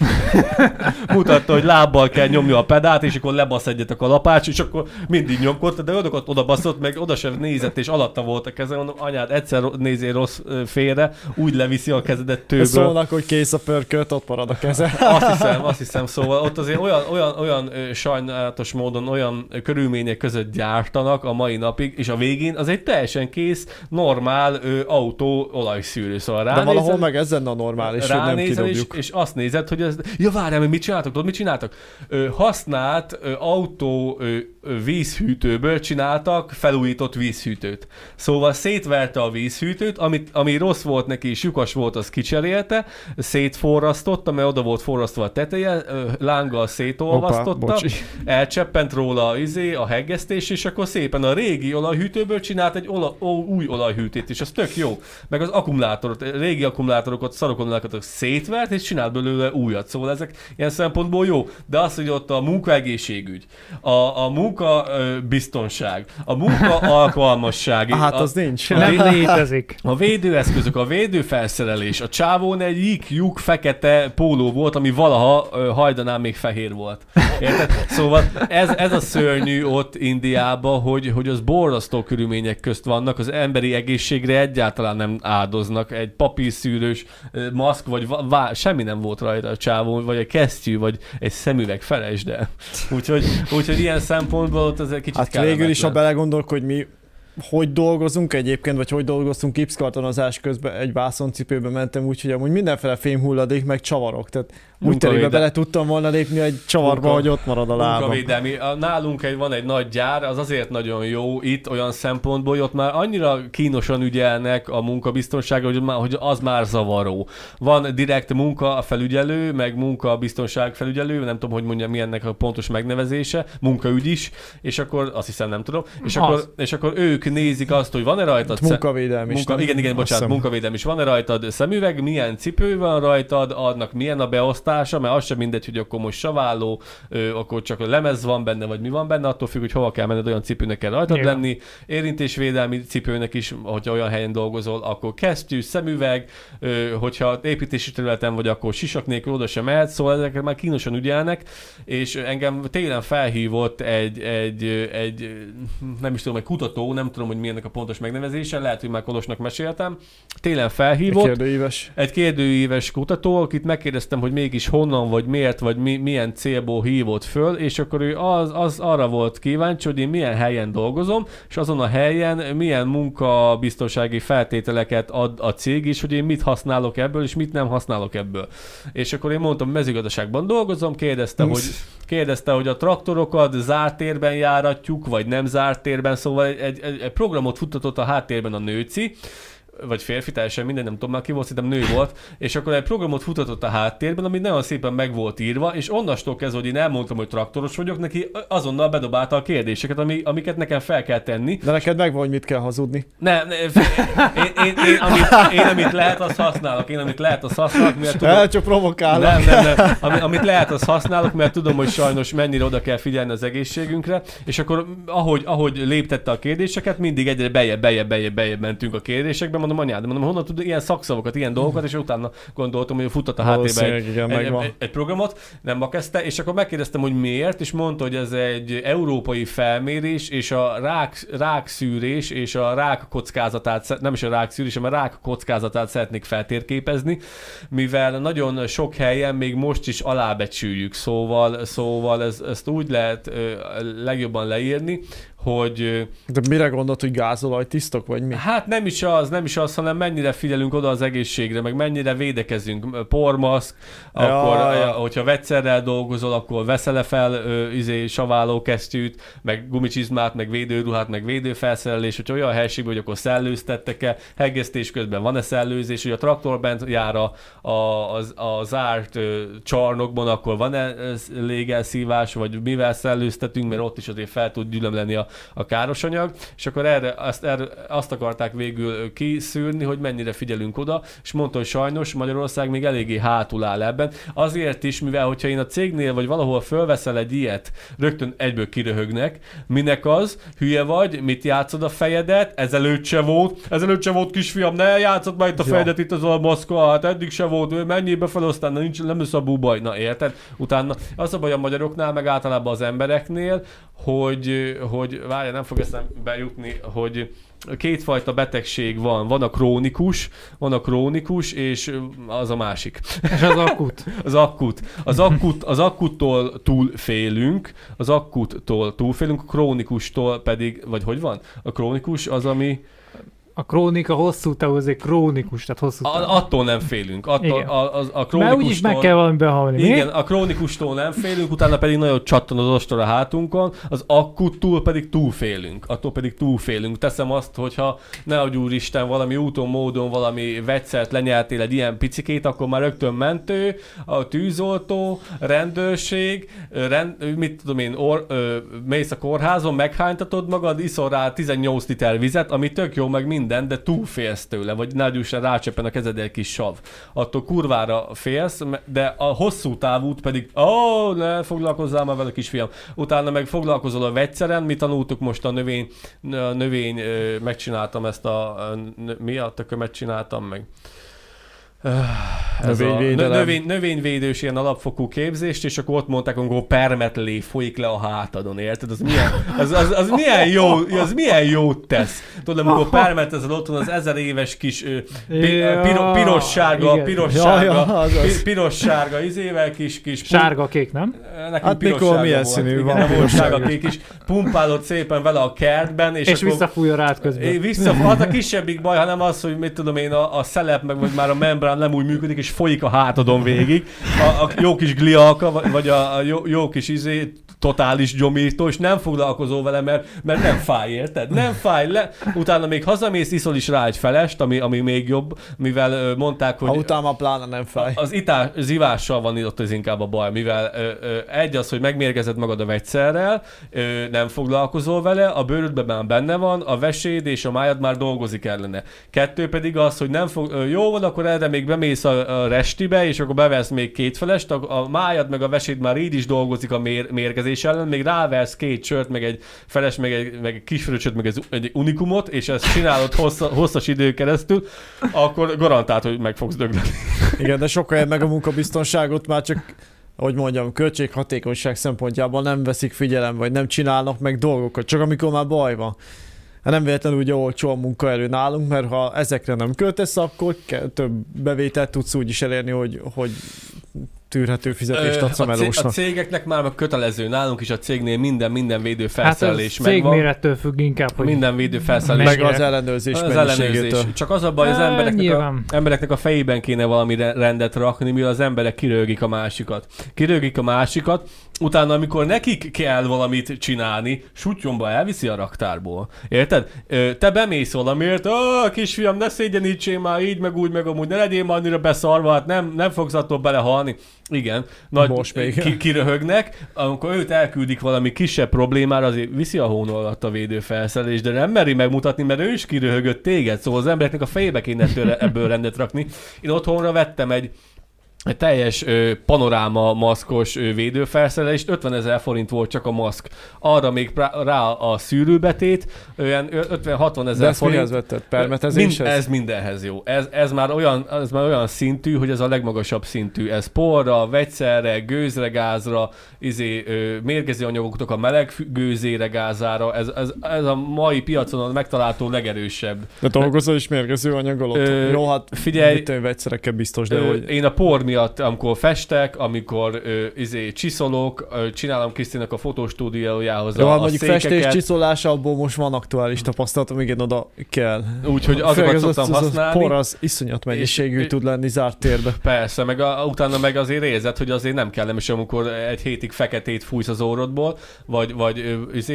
C: Mutatta, hogy lábbal kell nyomni a pedált, és akkor lebasz egyet a kalapács, és akkor mindig nyomkodta, de oda baszott, meg oda sem nézett, és alatta volt a keze. Mondom, anyád, egyszer nézzél rossz félre, úgy leviszi a kezedet tőből.
B: Szólnak, hogy kész a pörkölt, ott marad a keze.
C: Azt hiszem, szóval ott azért olyan sajnálatos módon olyan körülmények között gyártanak a mai napig, és a végén az egy teljesen kész, normál autó olajszűrő. Szóval
B: de valahol meg ez lenne a normális, hogy nem kidobjuk.
C: És azt nézed, hogy ez... Ja, várjál, mit csináltok? Tudod, mit csináltak? Használt autó vízhűtőből csináltak felújított vízhűtőt. Szóval szétverte a vízhűtőt, ami rossz volt neki, és lyukas volt, az kicserélte, szétforrasztotta, mert oda volt forrasztva a teteje, lánggal szétolvasztotta, elcseppent róla a heggesztés, és akkor szépen a régi olajhűtőből csinált egy új olajhűtét, és az tök jó. Meg az régi akkumulátorokat, szarokonulákat szétvert, és csinált belőle újat. Szóval ezek ilyen szempontból jó. De az, hogy ott a munkaegészségügy, a munkabiztonság, a munka-alkalmasság.
B: Hát az nincs.
A: Nem létezik.
C: A védőeszközök, a védőfelszerelés, a csávón egy lyuk fekete póló volt, ami valaha hajdanán még fehér volt. Érted? Szóval ez a szörnyű ott Indiában, hogy az borzasztó körülmények közt vannak, az emberi egészségre egyáltalán nem áldoznak. Egy papírszűrős maszk, vagy semmi nem volt rajta a csávón, vagy egy kesztyű, vagy egy szemüveg, felejtsd el. Úgyhogy ilyen szempontból ott ez egy kicsit
B: kellemetlen. Hát végül is, ha belegondolok, hogy mi hogy dolgozunk egyébként, vagy hogy dolgoztunk gipszkartonozás közben, egy vászoncipőbe mentem, úgyhogy amúgy mindenféle fémhulladék, meg csavarok. Tehát úgy terébe bele tudtam volna lépni egy csavarba, hogy ott marad a lábam.
C: Munkavédelmi. Nálunk van egy nagy gyár, az azért nagyon jó itt olyan szempontból, hogy ott már annyira kínosan ügyelnek a munkabiztonságra, hogy az már zavaró. Van direkt munkafelügyelő, meg munkabiztonságfelügyelő, nem tudom, hogy mondjam, mi ennek a pontos megnevezése, munkaügy is, és akkor azt hiszem nem tudom, és akkor ők nézik azt, hogy van-e rajtad...
B: Munkavédelmi is.
C: Igen, bocsánat, munkavédelmi is. Van-e rajtad szemüveg, milyen cipő van rajtad, adnak milyen a beosztása, mert az sem mindegy, hogy akkor most saválló, akkor csak a lemez van benne, vagy mi van benne, attól függ, hogy hova kell menned, olyan cipőnek kell rajtad lenni. Érintésvédelmi cipőnek is, hogyha olyan helyen dolgozol, akkor kesztyű, szemüveg, hogyha építési területen vagy, akkor sisak nélkül oda sem mehet, szóval ezeket már kínosan ügyelnek, és engem télen felhívott egy nem is tudom, egy kutató, nem tudom, hogy milyennek a pontos megnevezése, lehet, hogy már Kolosnak meséltem. Télen felhívott. Egy kérdőíves kutató, akit megkérdeztem, hogy mégis honnan, vagy miért, vagy milyen célból hívott föl, és akkor ő az arra volt kíváncsi, hogy én milyen helyen dolgozom, és azon a helyen milyen munkabiztonsági feltételeket ad a cég is, hogy én mit használok ebből, és mit nem használok ebből. És akkor én mondtam, mezőgazdaságban dolgozom, kérdezte, hogy a traktorokat zárt térben járatjuk, vagy nem zárt térben, szóval egy programot futtatott a háttérben a nőci, vagy férfi, teljesen minden, nem tudom már ki volt, szerintem nő volt, és akkor egy programot futatott a háttérben, ami nagyon szépen meg volt írva, és onnastól kezdve, hogy én elmondtam, hogy traktoros vagyok, neki azonnal bedobálta a kérdéseket, amiket nekem fel kell tenni.
B: De neked megvan, hogy mit kell hazudni.
C: Nem, én amit lehet, azt használok. Mert tudom...
B: Csak provokálok.
C: Nem. Amit lehet, azt használok, mert tudom, hogy sajnos mennyire oda kell figyelni az egészségünkre, és akkor ahogy léptette a kérdéseket, mindig egyre bejjebb mentünk a kérdésekben, mondom, anyád, honnan tud ilyen szakszavakat, ilyen dolgokat, és utána gondoltam, hogy futott a háttérben egy programot, nem kezdte, és akkor megkérdeztem, hogy miért, és mondta, hogy ez egy európai felmérés, és a rákszűrés, és a rák kockázatát, nem is a rákszűrés, hanem a rák kockázatát szeretnék feltérképezni, mivel nagyon sok helyen még most is alábecsüljük, szóval ezt úgy lehet legjobban leírni, hogy...
B: De mire gondolt, hogy gázolaj tisztok, vagy mi?
C: Hát nem is az, hanem mennyire figyelünk oda az egészségre, meg mennyire védekezünk. Pormaszk, akkor, hogyha vegyszerrel dolgozol, akkor veszel fel saválókesztyűt, meg gumicsizmát, meg védőruhát, meg védőfelszerelés, hogyha olyan helységben, hogy akkor szellőztettek-e, hegesztés közben van-e szellőzés, hogy a traktor bent jár a zárt csarnokban, akkor van-e légelszívás, vagy mivel szellőztetünk, mert ott is azért fel tud gyűlömleni a káros anyag, és akkor erre azt akarták végül kiszűrni, hogy mennyire figyelünk oda, és mondta, hogy sajnos Magyarország még eléggé hátul áll ebben. Azért is, mivel hogyha én a cégnél vagy valahol fölveszel egy ilyet, rögtön egyből kiröhögnek. Minek az? Hülye vagy? Mit játszod a fejedet? Ezelőtt se volt kisfiam, ne játszott már itt a fejedet, itt az a maszka, hát eddig se volt, mennyibe fel, aztán nem lesz a bubaj. Na érted? Utána az a baj a magyaroknál, meg általában az embereknél, hogy várja, nem fog eszembe jutni, hogy kétfajta betegség van. Van a krónikus, és az a másik.
A: És az akut.
C: Az akuttól túlfélünk, a krónikustól pedig, vagy hogy van? A krónikus az, ami...
A: A krónika hosszú távú, az egy krónikus, tehát hosszú távú.
C: Attól nem félünk. A krónikustól...
A: Mert úgyis meg kell valami behalni.
C: Igen, a krónikustól nem félünk, utána pedig nagyon csattan az ostor a hátunkon, az akuttól pedig túlfélünk. Attól pedig túlfélünk. Teszem azt, hogyha nehogy úristen valami úton, módon valami vegyszert lenyeltél egy ilyen picikét, akkor már rögtön mentő, a tűzoltó, rendőrség, mit tudom én, mész a kórházon, meghánytatod magad, iszol rá 18 liter vizet, ami tök jó, meg minden, de túlfélsz tőle, vagy nagyúsan rácseppen a kezed egy kis sav. Attól kurvára félsz, de a hosszú távút pedig, ne foglalkozzál már vele, kisfiam. Utána meg foglalkozol a vegyszeren, mi tanultuk most a növény megcsináltam ezt mi a tökömet csináltam meg? Ez növényvédős ilyen alapfokú képzést, és akkor ott mondták, hogy permetlé folyik le a hátadon, érted? Az milyen jót tesz. Tudod, amikor permetlezel otthon az 1000 éves kis piros-sárga izével kis
A: sárga-kék, nem?
B: Hát mikor milyen színű van?
C: Sárga-kék is. Pumpálod szépen vele a kertben, és
A: visszafújja rád közben.
C: Az a kisebbik baj, hanem az, hogy mit tudom én, a szelep, meg vagy már a membrán nem úgy működik, és folyik a hátadon végig. A jó kis glialka, vagy a jó kis totális gyomírtó, és nem foglalkozol vele, mert nem fáj, érted? Nem fáj le. Utána még hazamész, iszol is rá egy felest, ami még jobb, mivel mondták, hogy...
B: utána pláne nem fáj.
C: Az ivással van ott az inkább a baj, mivel egy az, hogy megmérgezed magad a vegyszerrel, nem foglalkozol vele, a bőrödben már benne van, a veséd és a májad már dolgozik ellene. Kettő pedig az, hogy jó van, akkor erre még bemész a restibe, és akkor bevesz még 2 felest, a májad meg a veséd már így is dolgozik a mérgezés ellen, még ráversz 2 sört, meg egy feles, meg egy kisfröccsöt, meg egy unikumot, és ezt csinálod hosszas idő keresztül, akkor garantált, hogy meg fogsz dögleni.
B: Igen, de sokkal meg a munkabiztonságot már csak, ahogy mondjam, költséghatékonyság szempontjából nem veszik figyelembe, vagy nem csinálnak meg dolgokat, csak amikor már baj van. Nem véletlenül ugye olcsó a munkaerő nálunk, mert ha ezekre nem költesz, akkor több bevételt tudsz úgy is elérni, hogy tűrhető fizetést adsz a melósnak.
C: A cégeknek már kötelező, nálunk is a cégnél minden védőfelszerelés megvan.
A: Hát a cégmérettől függ inkább, hogy
C: minden védőfelszerelés.
B: Meg az ellenőrzés mennyiségétől.
C: Csak az a baj, az embereknek a fejében kéne valami rendet rakni, mivel az emberek kirögik a másikat. utána, amikor nekik kell valamit csinálni, sutyomba elviszi a raktárból. Érted? Te bemész valamiért, kisfiam, ne szégyenítsél már így, meg úgy, meg amúgy, ne legyél már annyira beszarva, hát nem fogsz attól belehalni. Igen, nagy kiröhögnek, amikor őt elküldik valami kisebb problémára, azért viszi a hón alatt a védőfelszerelést, de nem meri megmutatni, mert ő is kiröhögött téged, szóval az embereknek a fejébe kéne ebből rendet rakni. Én otthonra vettem egy teljes panoráma maszkos védőfelszerelést, 50 000 forint volt csak a maszk. Arra még rá a szűrőbetét, olyan 50-60 000 forint.
B: De ezt vetted? Permetezéshez?
C: Ez mindenhez jó. Ez már olyan szintű, hogy ez a legmagasabb szintű. Ez porra, vegyszerre, gőzre, gázra, mérgező anyagoknak a meleg gőzére, gázára. Ez a mai piacon megtalálható legerősebb.
B: De dolgozol is mérgező anyaggal ott? Jó, hát figyelj, vegyszerekkel biztos, de hogy...
C: Én a por miatt, amikor festek, amikor csiszolok, csinálom Krisztinek a fotostúdiójához
B: a mondjuk székeket. Festés, csiszolás, abból most van aktuális tapasztalatom, igen, oda kell.
C: Úgyhogy azokat szoktam használni.
B: Az por az iszonyat mennyiségű tud lenni zárt térbe.
C: Persze, meg utána meg azért érzed, hogy azért nem kellemes, amikor egy hétig feketét fújsz az órodból, vagy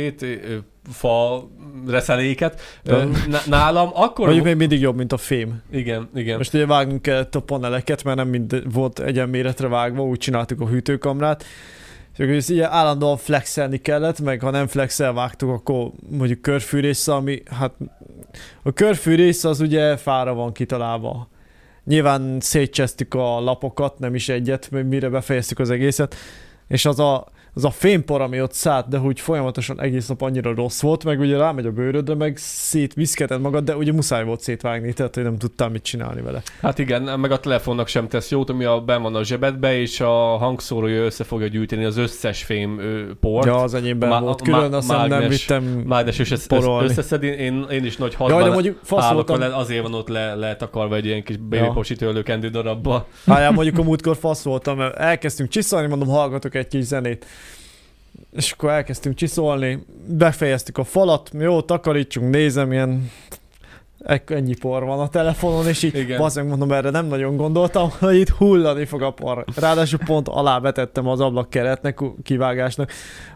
C: fa reszeléket. Nálam akkor...
B: Mondjuk még mindig jobb, mint a fém.
C: Igen.
B: Most ugye vágnunk kellett a paneleket, mert nem volt egyenméretre vágva, úgy csináltuk a hűtőkamrát. És ugye állandóan flexelni kellett, meg ha nem flexel vágtuk, akkor mondjuk körfűrész, ami hát a körfűrész az ugye fára van kitalálva. Nyilván szétcsesztük a lapokat, nem is egyet, mire befejeztük az egészet, és az a fémpor, ami ott szállt, de úgy folyamatosan egész nap annyira rossz volt, meg ugye rámegy a bőrödre, meg szétviszketed magad, de ugye muszáj volt szétvágni, tehát hogy nem tudtam mit csinálni vele.
C: Hát igen, meg a telefonnak sem tesz jót, ami benn van a zsebedbe, és a hangszórója össze fogja gyűjteni az összes fém port.
B: Ja, az enyémben volt. Külön azt nem vittem
C: mágneses összeszedni. Én is nagy hadban állok vele, azért van ott letakarva egy ilyen kis babyposi tőlőkendő darabba.
B: Mondjuk a múltkor fasz voltam, mert elkezdtünk csiszolni, mondom, hallgatok egy kis zenét. És akkor elkezdtünk csiszolni, befejeztük a falat, jó, takarítsunk, nézem, ilyen ennyi por van a telefonon, és így bazdmeg mondom, erre nem nagyon gondoltam, hogy itt hullani fog a por. Ráadásul pont alá vetettem az ablakkeretnek, kivágásnak,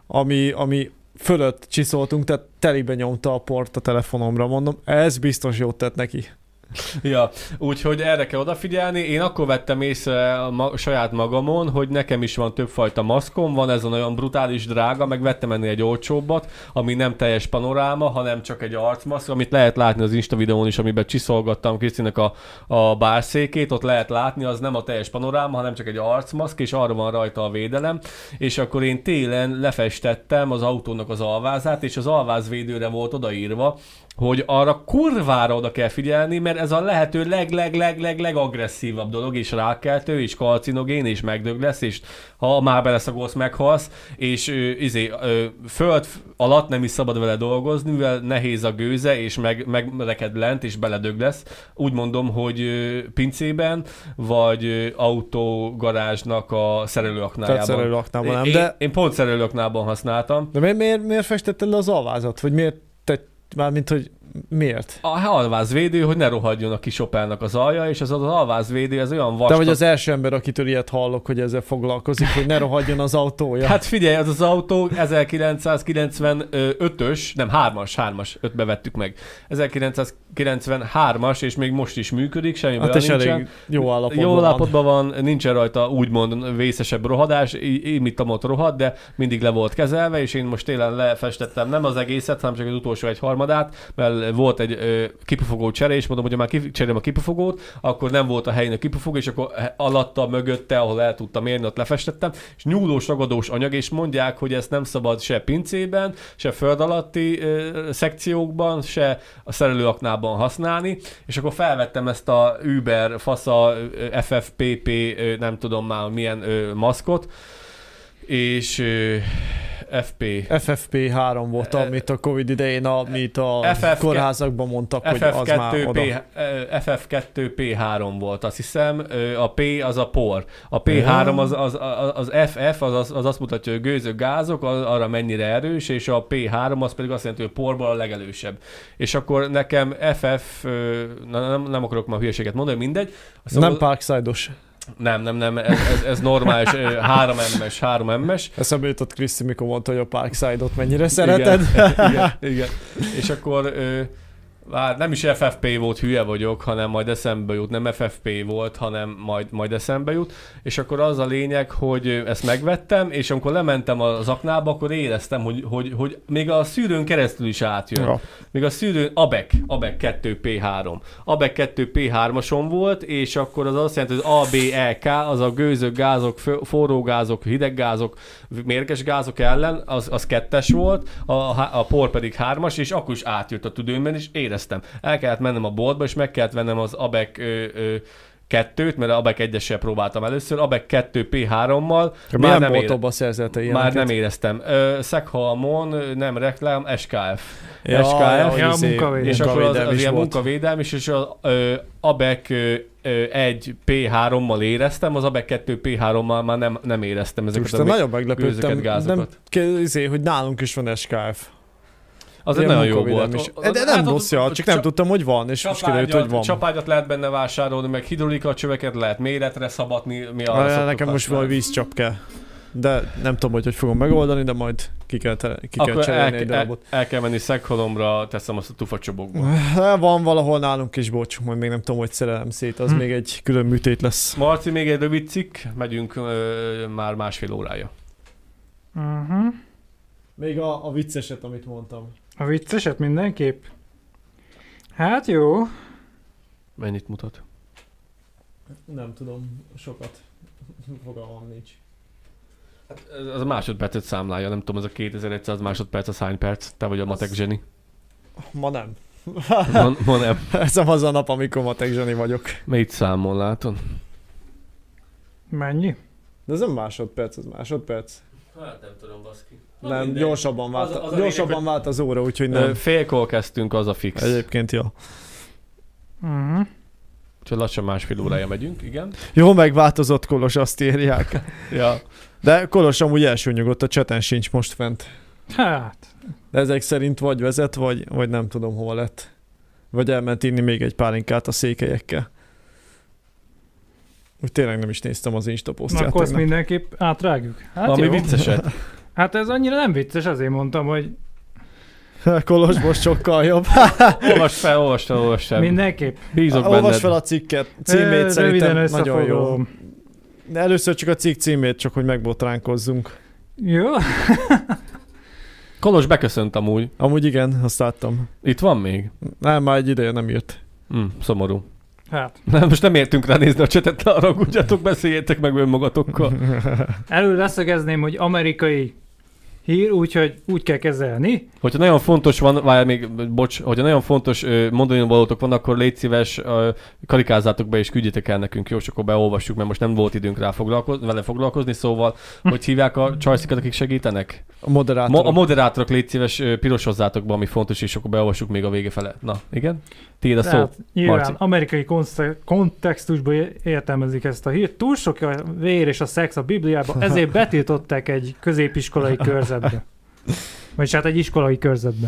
B: ami fölött csiszoltunk, tehát telibe nyomta a port a telefonomra, mondom, ez biztos jót tett neki.
C: Ja, úgyhogy erre kell odafigyelni. Én akkor vettem észre saját magamon, hogy nekem is van többfajta maszkom, van ez olyan brutális drága, meg vettem ennél egy olcsóbbat, ami nem teljes panoráma, hanem csak egy arcmaszk, amit lehet látni az Insta videón is, amiben csiszolgattam Krisztinek a bárszékét, ott lehet látni, az nem a teljes panoráma, hanem csak egy arcmaszk, és arra van rajta a védelem, és akkor én télen lefestettem az autónak az alvázát, és az alvázvédőre volt odaírva, hogy arra kurvára oda kell figyelni, mert ez a lehető legagresszívabb dolog, és rákeltő, és karcinogén, és megdög lesz, és ha már beleszagolsz, meghalsz, és föld alatt nem is szabad vele dolgozni, mivel nehéz a gőze, és megreked lent, és beledög lesz. Úgy mondom, hogy pincében, vagy autógarázsnak a szerelőaknájában.
B: Tehát szerelőaknában nem, de...
C: Én pont szerelőaknában használtam.
B: De miért festetted le az alvázat? Vagy miért mármint, hogy miért?
C: A alvázvédő, hogy ne rohadjon a kis Opelnak az alja, és az alvázvédő, ez olyan vastag.
B: Te vagy az első ember, akitől ilyet hallok, hogy ezzel foglalkozik, hogy ne rohadjon az autója.
C: Hát figyelj, az autó 1995-ös, nem 3-as, 5-be vettük meg. 1993-as, és még most is működik, semmi baj nincsen.
B: Elég jó állapotban
C: jó állapotban van, nincsen rajta úgymond vészesebb rohadás, imitam ott rohad, de mindig le volt kezelve, és én most télen lefestettem nem az egészet, hanem csak az utolsó egy harmadát, mert volt egy kipufogó csere, és mondom, hogy ha már kicserélem a kipufogót, akkor nem volt a helyén a kipufogó, és akkor alatta, mögötte, ahol el tudtam érni, ott lefestettem, és nyúlós, ragadós anyag, és mondják, hogy ezt nem szabad se pincében, se föld alatti szekciókban, se a szerelőaknában használni, és akkor felvettem ezt a Uber fasza FFPP, nem tudom már milyen maszkot, és
B: FFP3 volt, amit a Covid idején, amit a kórházakban mondtak, hogy az már oda.
C: FF2P3 volt, azt hiszem, a P az a por. A P3 az FF, az azt mutatja, hogy gőzök, gázok, arra mennyire erős, és a P3 az pedig azt jelenti, hogy porból a legelősebb. És akkor nekem FF, nem akarok már hülyeséget mondani, mindegy.
B: Nem Parkside-os.
C: Nem, ez normális 3M-es.
B: Eszembe jutott Kriszti, mikor mondta, hogy a Parkside-ot mennyire szereted.
C: Igen. És akkor nem is FFP volt, hülye vagyok, hanem majd eszembe jut. Nem FFP volt, hanem majd eszembe jut. És akkor az a lényeg, hogy ezt megvettem, és amikor lementem az aknába, akkor éreztem, hogy még a szűrőn keresztül is átjön. Ja. Még a szűrőn ABEC 2P3. ABEC 2P3-ason volt, és akkor az azt jelenti, hogy ABEK, az a gőzök, gázok, forró gázok, hideg gázok, mérges gázok ellen, az 2-es volt, a por pedig 3-as, és akkor is átjött a tüdőmben, és éreztem. El kellett mennem a boltba, és meg kellett vennem az ABEC 2-t, mert ABEC 1-essel próbáltam először, ABEC 2P3-mal.
B: Milyen boltokban szerzelte ilyeneket?
C: Már nem éreztem. Szekhalmon, nem reklám, SKF.
A: Munkavédelmi.
C: És akkor az ilyen munkavédelmi, és az ABEC 1P3-mal éreztem, az ABEC 2P3-mal már nem éreztem ezeket
B: a gőzöket, gázokat. Hogy nálunk is van SKF.
C: Az egy nagyon jó volt.
B: De nem rossz, csak nem tudtam, hogy van, és most kiderült, hogy van.
C: Csapágyat lehet benne vásárolni, meg hidrolika csöveket lehet méretre szabadni.
B: Nekem most valami vízcsap kell. De nem tudom, hogy fogom megoldani, de majd ki kell cserélni egy darabot.
C: El kell menni Szekhalomra, teszem azt a tufacsobokba.
B: Van valahol nálunk is, bocs, majd még nem tudom, hogy szerelem szét, az még egy külön műtét lesz.
C: Marci, még egy rövid cikk, megyünk már 1,5 órája.
B: Még a vicceset, amit mondtam.
A: A vicceset mindenképp? Hát jó.
C: Mennyit mutat?
B: Nem tudom, sokat. Fogalmam nincs.
C: Hát az a másodpercet számlálja, nem tudom, az a 2100 másodperc, az hány perc? Te vagy a matek zseni.
B: Ma nem.
C: Ma nem.
B: Ez az a nap, amikor matek zseni vagyok.
C: Mit számol, látod?
A: Mennyi?
B: De ez nem másodperc, ez másodperc.
C: Hát nem tudom, baszki.
B: Nem, gyorsabban vált az óra, úgyhogy nem.
C: Félkor kezdtünk, az a fix.
B: Egyébként, ja.
C: Úgyhogy lassan 1,5 órája megyünk, igen.
B: Jó, megváltozott Kolos, azt írják.
C: Ja.
B: De Kolos amúgy elsőnyugodt, a cseten sincs most fent.
A: Hát.
B: De ezek szerint vagy vezet, vagy nem tudom hova lett. Vagy elment inni még egy pálinkát a székelyekkel. Úgy tényleg nem is néztem az Insta posztját.
A: Na, akkor ezt mindenképp átrágjuk. Hát
C: ami vicceset.
A: Hát ez annyira nem vicces, azért mondtam, hogy...
B: Kolos most sokkal jobb.
C: Olvasd fel.
A: Mindenképp.
C: Bízok benned.
B: Olvasd fel a cikket. Címét szerintem nagyon jó. De először csak a cikk címét, csak hogy megbotránkozzunk.
A: Jó.
C: Kolos beköszönt amúgy.
B: Amúgy igen, azt láttam.
C: Itt van még?
B: Nem, már egy ideje nem írt.
C: Szomorú.
A: Hát.
C: Most nem értünk rá nézni a csetet, arra gudjatok, beszéljétek meg önmagatokkal.
A: Előre leszögezném, hogy amerikai hír, úgyhogy úgy kell kezelni.
C: Hogyha nagyon fontos van, hogyha nagyon fontos mondani valótok van, akkor légy szíves, karikázzátok be és küldjétek el nekünk, jó, és akkor beolvassuk, mert most nem volt időnk rá vele foglalkozni, szóval, hogy hívják a csajszikat, akik segítenek?
B: A moderátorok.
C: A moderátorok, légy szíves, pirosozzátok be, ami fontos, és akkor beolvassuk még a vége fele. Na, igen? Tiéd a szó,
A: nyilván
C: Marci.
A: Amerikai kontextusban értelmezik ezt a hírt. Túl sok a vér és a szex a Bibliában, ezért betiltották egy középiskolai körzetbe. Vagyis hát egy iskolai körzetbe.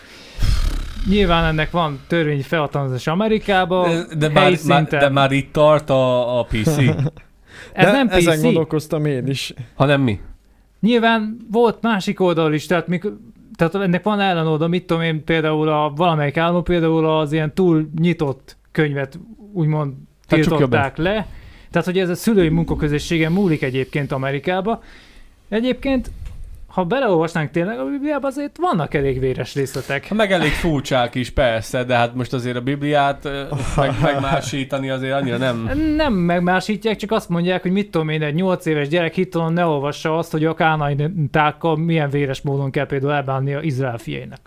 A: Nyilván ennek van törvényi felhatalmazás Amerikában,
C: de már itt tart a PC.
A: Ez nem PC.
B: Ezen gondolkoztam én is.
C: Hanem mi?
A: Nyilván volt másik oldal is, tehát ennek van ellenoldal, mit tudom én, például valamelyik állam például az ilyen túl nyitott könyvet úgymond tiltották le. Tehát, hogy ez a szülői munkaközösségen múlik egyébként Amerikába. Egyébként, ha beleolvasnánk tényleg a Bibliába, azért vannak elég véres részletek.
C: Meg elég furcsák is, persze, de hát most azért a Bibliát megmásítani azért annyira nem...
A: Nem megmásítják, csak azt mondják, hogy mit tudom én, egy 8 éves gyerek hittalon ne olvassa azt, hogy a kánaanitákkal milyen véres módon kell például elbánni az Izrael fiainak.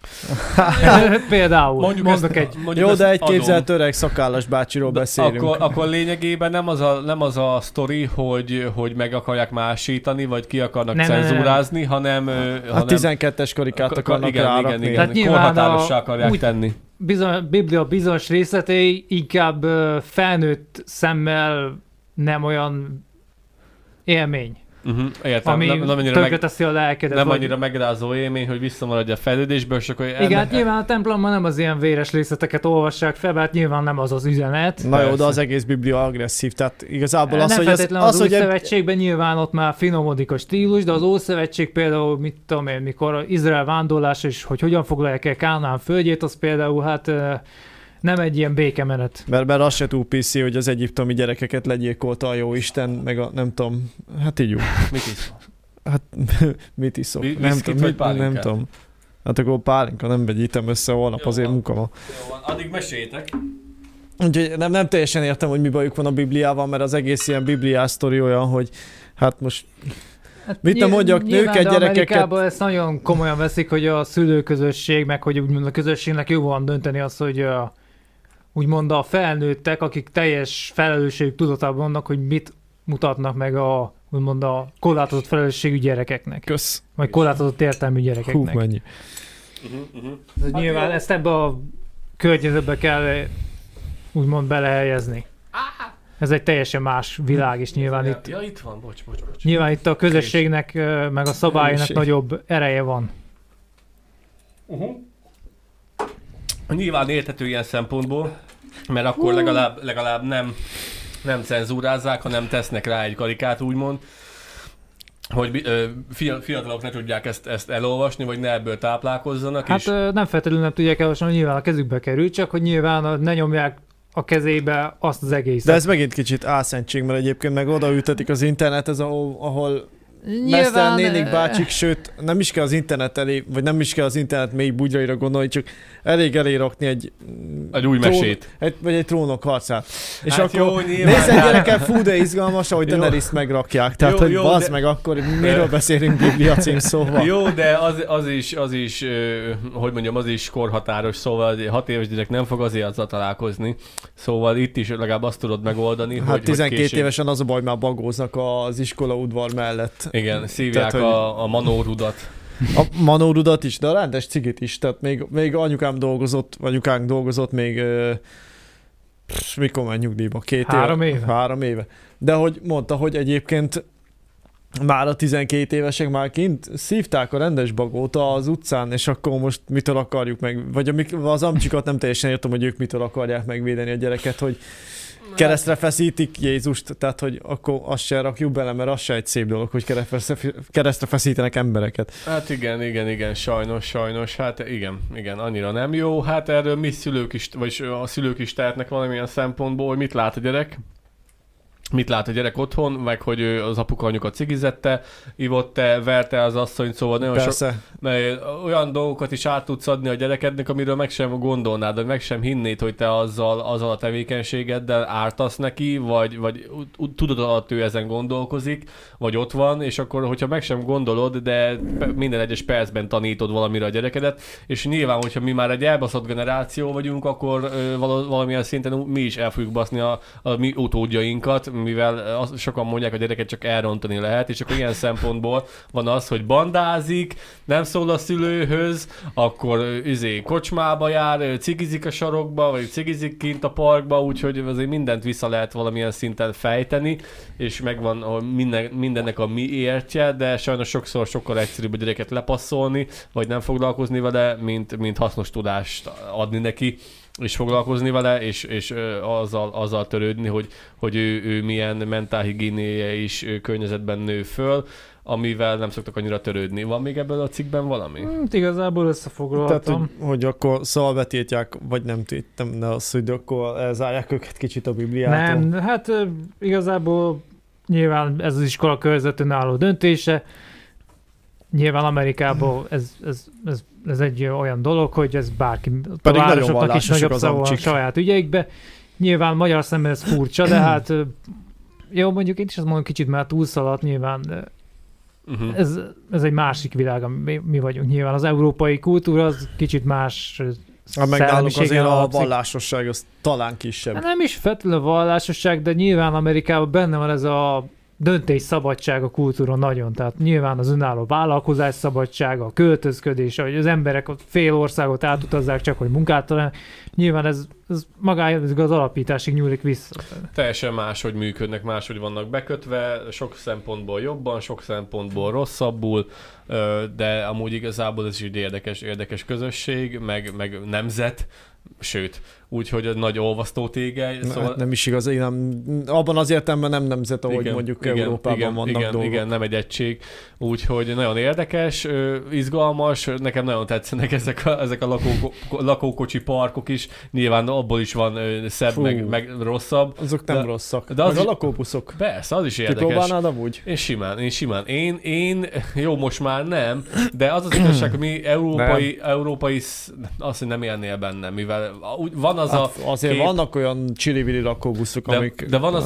A: Például.
B: Jó, de egy képzelt öreg szakállas bácsiról beszélünk.
C: Akkor lényegében nem az a sztori, hogy meg akarják másítani, vagy ki akarnak cenzúrázni, hanem...
B: A 12-es karikát akarnak rárakni.
C: Igen. Korhatárossá akarják tenni.
A: Biblia bizonyos részletei inkább felnőtt szemmel nem olyan élmény.
C: Értem,
A: ami tönkreteszi a lelkedet.
C: Nem annyira megrázó élmény, hogy visszamaradj a fejlődésből, és akkor...
A: Igen, hát nyilván a templomban nem az ilyen véres részleteket olvassák fel, hát nyilván nem az az üzenet.
B: Na jó, de az egész Biblia agresszív, tehát igazából az,
A: hogy az új szövetségben nyilván ott már finomodik a stílus, de az Ószövetség például, mit tudom én, mikor Izrael vándorlás, és hogy hogyan foglalják el Kánaán földjét, az például hát nem egy ilyen békemenet.
B: Mert az se túl PC, hogy az egyiptomi gyerekeket legyilkolta a jóisten, meg a nem tudom, hát így jó.
C: Mit iszol?
B: Hát mit iszok? Nem tudom. Hát akkor pálinka nem vegyítem össze, holnap azért munka van.
C: Jó van, addig meséljétek.
B: Úgyhogy nem teljesen értem, hogy mi bajuk van a Bibliával, mert az egész ilyen bibliás sztori olyan, hogy hát most... Hát mit nem mondjak, nőket, gyerekeket...
A: Amerikában ezt nagyon komolyan veszik, hogy a szülőközösség, meg hogy úgymond a közösségnek jó van dönteni azt, hogy úgymond a felnőttek, akik teljes felelősség tudatában vannak, hogy mit mutatnak meg úgymond a korlátozott felelősségű gyerekeknek.
B: Kösz.
A: Vagy korlátozott értelmű gyerekeknek.
B: Hú, mennyi.
A: Hát nyilván ezt ebbe a környezetbe kell úgymond belehelyezni. Ez egy teljesen más világ, és nyilván itt...
C: Ja, itt van, bocs.
A: Nyilván itt a közösségnek, meg a szabálynak nagyobb ereje van.
C: Nyilván érthető ilyen szempontból, mert akkor legalább nem cenzúrázzák, hanem tesznek rá egy karikát, úgymond, hogy fiatalok ne tudják ezt elolvasni, vagy ne ebből táplálkozzanak.
A: Hát nem feltétlenül nem tudják elolvasni, hogy nyilván a kezükbe kerül, csak hogy nyilván ne nyomják a kezébe azt az egészet.
B: De ez megint kicsit álszentség, mert egyébként meg odaültetik az internethez, ahol mesztelen nénik bácsik, sőt, nem is kell az internet elé, vagy nem is kell az internet mély bugyraira gondolni, csak elég rakni egy
C: új mesét.
B: Vagy egy trónok harcát. És
C: hát
B: akkor nézzen gyerekek, fú, de izgalmas, ahogy Daenerys-t megrakják. Tehát, hogy bazd meg akkor, miről beszélünk Biblia címszóval.
C: Jó, de az is, hogy mondjam, az is korhatáros, szóval 6 éves gyerek nem fog azért azzal találkozni. Szóval itt is legalább azt tudod megoldani,
B: hát
C: hogy
B: 12 évesen az a baj, már bagóznak az iskola udvar mellett.
C: Igen, szívják tehát, a manórudat.
B: A manórudat is, de a rendes cigit is. Tehát még anyukánk dolgozott még mikor ment nyugdíjba?
A: 3 éve?
B: 3 éve. De hogy mondta, hogy egyébként már a 12 évesek már kint szívták a rendes bagót az utcán, és akkor most mitől akarjuk meg, vagy az amcsikat nem teljesen értem, hogy ők mitől akarják megvédeni a gyereket, hogy keresztre feszítik Jézust, tehát hogy akkor azt se rakjuk bele, mert az se egy szép dolog, hogy keresztre feszítenek embereket.
C: Hát igen, sajnos, hát igen, annyira nem jó. Hát erről mi szülők is, vagy a szülők is tehetnek valamilyen szempontból, hogy mit lát a gyerek. Mit lát a gyerek otthon, meg hogy az apuka anyukat cigizette, ivott-e, verte az asszonyt, szóval nagyon olyan dolgokat is át tudsz adni a gyerekednek, amiről meg sem gondolnád, vagy meg sem hinnéd, hogy te azzal a tevékenységeddel ártasz neki, vagy tudod, hogy ő ezen gondolkozik, vagy ott van, és akkor, hogyha meg sem gondolod, de minden egyes percben tanítod valamire a gyerekedet, és nyilván, hogyha mi már egy elbaszott generáció vagyunk, akkor valamilyen szinten mi is el fogjuk baszni a mi utódjainkat, mivel sokan mondják, a gyereket csak elrontani lehet, és akkor ilyen szempontból van az, hogy bandázik, nem szól a szülőhöz, akkor kocsmába jár, cigizik a sarokba, vagy cigizik kint a parkba, úgyhogy azért mindent vissza lehet valamilyen szinten fejteni, és megvan mindennek a mi értje, de sajnos sokszor sokkal egyszerűbb a gyereket lepasszolni, vagy nem foglalkozni vele, mint hasznos tudást adni neki, és foglalkozni vele, és azzal törődni, hogy ő milyen mentálhigiéniás környezetben nő föl, amivel nem szoktak annyira törődni. Van még ebből a cikkben valami?
A: Igazából összefoglaltam.
B: Tehát, hogy akkor szóval betiltják, vagy nem tiltem, de az, hogy akkor elzárják őket kicsit a Bibliától.
A: Nem, hát igazából nyilván ez az iskola körzetön álló döntése. Nyilván Amerikában ez egy olyan dolog, hogy ez bárki, a városoknak is nagyobb szava a saját ügyeikbe. Nyilván magyar szemben ez furcsa, de hát jó, mondjuk én is azt mondom, kicsit már túlszaladt nyilván, de ez egy másik világ, mi vagyunk. Nyilván az európai kultúra az kicsit más
B: megnálunk azért a vallásosság, az talán kisebb.
A: Nem is feltétlenül a vallásosság, de nyilván Amerikában benne van ez a döntés szabadság a kultúra nagyon, tehát nyilván az önálló vállalkozás szabadsága, a költözködés, hogy az emberek fél országot átutazzák csak, hogy munkát találnak, nyilván ez magához az alapításig nyúlik vissza.
C: Teljesen máshogy működnek, máshogy vannak bekötve, sok szempontból jobban, sok szempontból rosszabbul, de amúgy igazából ez is egy érdekes közösség, meg nemzet, sőt, úgyhogy nagy olvasztó tégely. Szóval...
B: Nem is igaz, abban az értelemben nem nemzet, ahogy mondjuk Európában vannak dolgok.
C: Igen, nem egy egység, úgyhogy nagyon érdekes, izgalmas, nekem nagyon tetszenek ezek a lakókocsi parkok is, nyilván abból is van szebb, meg rosszabb.
B: Azok nem rosszak, de az meg a lakóbuszok.
C: Persze, az is érdekes.
B: Ti próbálnád amúgy?
C: Én simán. Én jó, most már nem, de az igazság, hogy mi európai azt, hogy nem élnél benne, mivel van az
B: azért kép... vannak olyan csili-vili lakóbuszok, amik
C: de van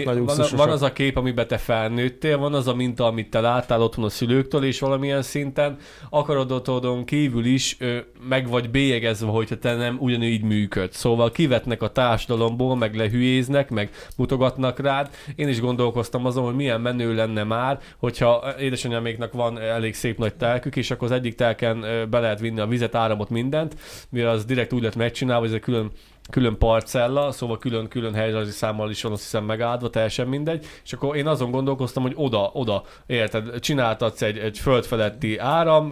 C: az a kép, amiben te felnőttél, van az a minta, amit te láttál otthon a szülőktől, és valamilyen szinten akaratodon kívül is meg vagy bélyegezve, hogyha te nem ugyanígy működsz. Szóval kivetnek a társadalomból, meg lehülyéznek, meg mutogatnak rád. Én is gondolkoztam azon, hogy milyen menő lenne már, hogyha édesanyáméknak van elég szép nagy telkük, és akkor az egyik telken be lehet vinni a vizet, áramot, mindent, mivel az direkt úgy lett megcsinálva, hogy ez egy külön parcella, szóval külön helyrajzi számmal is van, azt hiszem megáldva, teljesen mindegy, és akkor én azon gondolkoztam, hogy oda, érted, csináltatsz egy földfeletti áram,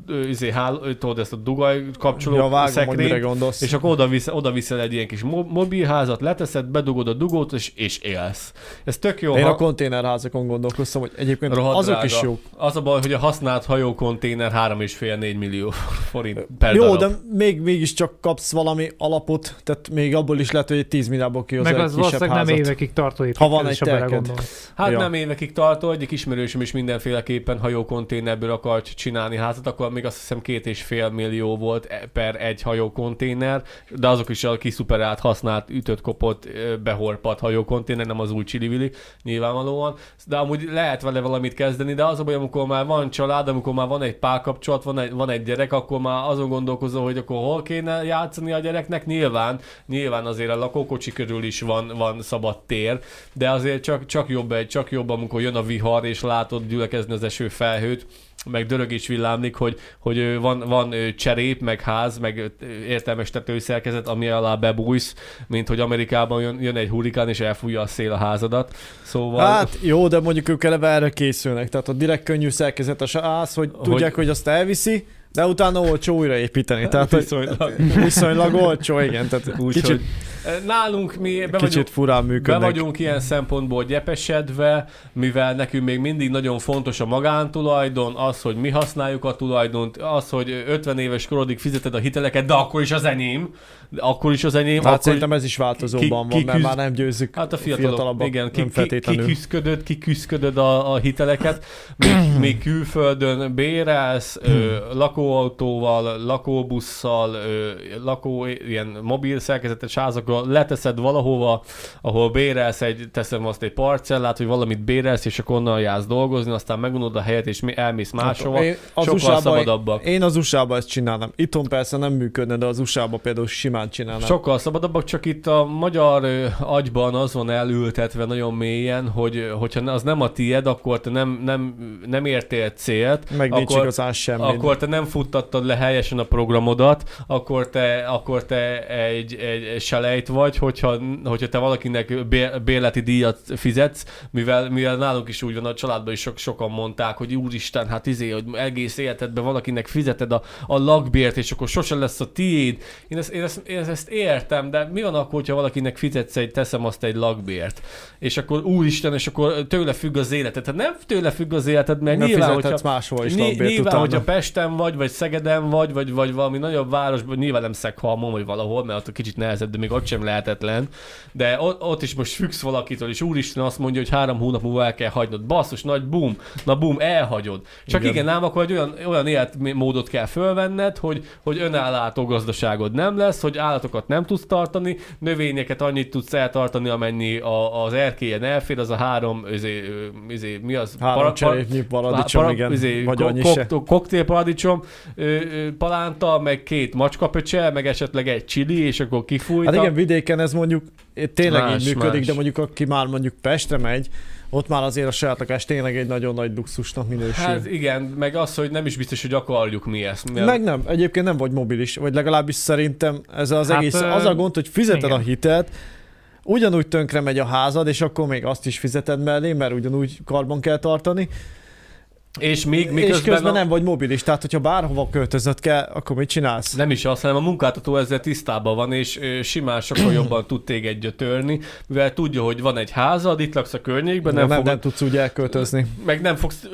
C: tudod ezt a dugaj kapcsoló szekrényt, és akkor oda viszel egy ilyen kis mobilházat, leteszed, bedugod a dugót, és élsz. Ez tök jó.
B: Én a konténerházakon gondolkoztam, hogy egyébként azok drága. Is jók.
C: Az a baj, hogy a használt hajókonténer 3,5-4 millió forint per
B: jó,
C: darab.
B: De mégiscsak kapsz valami alapot, tehát még abból is lehet, hogy egy 10 milliárdból kihoz egy kisebb házat.
A: Meg az valószínűleg nem évekig tartó építkezés,
B: ha van egy telked.
C: Hát ja. Nem évekig tartó, egyik ismerősöm is mindenféleképpen hajókonténerből akart csinálni házat, akkor még azt hiszem 2,5 millió volt per egy hajókonténer, de azok is a kiszuperált, használt, ütött, kopott, behorpadt hajókonténer, nem az új csili-vili, nyilvánvalóan. De amúgy lehet vele valamit kezdeni, de az a baj, amikor már van család, amikor már van egy párkapcsolat, van egy gyerek, akkor már azon gondolkozol, hogy akkor hol kéne játszani a gyereknek, Nyilván azért a lakókocsi körül is van szabad tér, de azért csak jobb, amikor jön a vihar, és látod gyülekezni az esőfelhőt, meg dörög is villámlik, hogy van cserép, meg ház, meg értelmes tetőszerkezet, ami alá bebújsz, mint hogy Amerikában jön egy hurrikán, és elfújja a szél a házadat. Szóval...
B: Hát jó, de mondjuk ők eleve erre készülnek, tehát a direkt könnyű szerkezetes ház, hogy tudják, hogy azt elviszi, de utána olcsó újraépíteni. Tehát viszonylag olcsó, igen. Tehát kicsit,
C: nálunk mi
B: kicsit furán működnek.
C: Be vagyunk ilyen szempontból gyepesedve, mivel nekünk még mindig nagyon fontos a magántulajdon, az, hogy mi használjuk a tulajdont, az, hogy 50 éves korodig fizeted a hiteleket, de akkor is az enyém.
B: Hát szerintem ez is változóban van, mert már nem győzzük.
C: Hát a fiatalabbak, igen, kiküszködöd a hiteleket, még külföldön bérelsz, lakóautóval, lakóbusszal, ilyen mobil szerkezetes házakról leteszed valahova, ahol bérelsz teszem azt egy parcellát, hogy valamit bérelsz, és akkor onnan jársz dolgozni, aztán megunod a helyet, és elmész máshova. Sokkal szabadabbak.
B: Én az USA-ban ezt csinálnám. Itthon persze nem működne, de az USA-ban például simán csinálnám.
C: Sokkal szabadabbak, csak itt a magyar agyban az van elültetve nagyon mélyen, hogyha az nem a tied, akkor te nem értél célt.
B: Meg nincs igazán semmi.
C: Akkor te nem futtattad le helyesen a programodat, akkor te egy selejt vagy, hogyha te valakinek bérleti díjat fizetsz, mivel nálunk is úgy van, a családban is sokan mondták, hogy úristen, hát hogy egész életedben valakinek fizeted a lakbért, és akkor sosem lesz a tiéd. Én ezt értem, de mi van akkor, hogyha valakinek fizetsz teszem azt egy lakbért, és akkor úristen, és akkor tőle függ az életed. Tehát nem tőle függ az életed, mert nyilván, hogyha Pesten vagy Szegeden vagy valami nagyobb városban, nyilván nem Szeghalmon, vagy valahol, mert ott kicsit nehezebb, de még ott sem lehetetlen. De ott is most függsz valakitől, és úristen azt mondja, hogy 3 hónap múlva el kell hagynod. Basszus, nagy boom, elhagyod. Csak igen ám, akkor egy olyan életmódot kell fölvenned, hogy önállátó gazdaságod nem lesz, hogy állatokat nem tudsz tartani, növényeket annyit tudsz eltartani, amennyi az erkélyen elfér, az a 3 mi az?
B: 3 cserépnyi paradicsom, igen. Vagy annyi se.
C: Koktélparadicsom, palánta, meg 2 macskapöcsel, meg esetleg egy chili, és akkor kifújta.
B: Hát igen, vidéken ez mondjuk tényleg így működik, de mondjuk aki már mondjuk Pestre megy, ott már azért a saját lakás tényleg egy nagyon nagy luxusnak minősül.
C: Hát igen, meg az, hogy nem is biztos, hogy akarjuk mi ezt.
B: Meg nem, egyébként nem vagy mobilis, vagy legalábbis szerintem ez az egész, az a gond, hogy fizeted igen. a hitelt, ugyanúgy tönkre megy a házad, és akkor még azt is fizeted mellé, mert ugyanúgy karban kell tartani.
C: És
B: közben nem vagy mobilis, tehát hogyha bárhova költözött kell, akkor mit csinálsz?
C: Nem is azt, hanem a munkáltató ezzel tisztában van, és simán sokkal jobban tud téged gyötörni, mivel tudja, hogy van egy házad, itt laksz a környékben,
B: nem tudsz úgy elköltözni.
C: Meg nem fogsz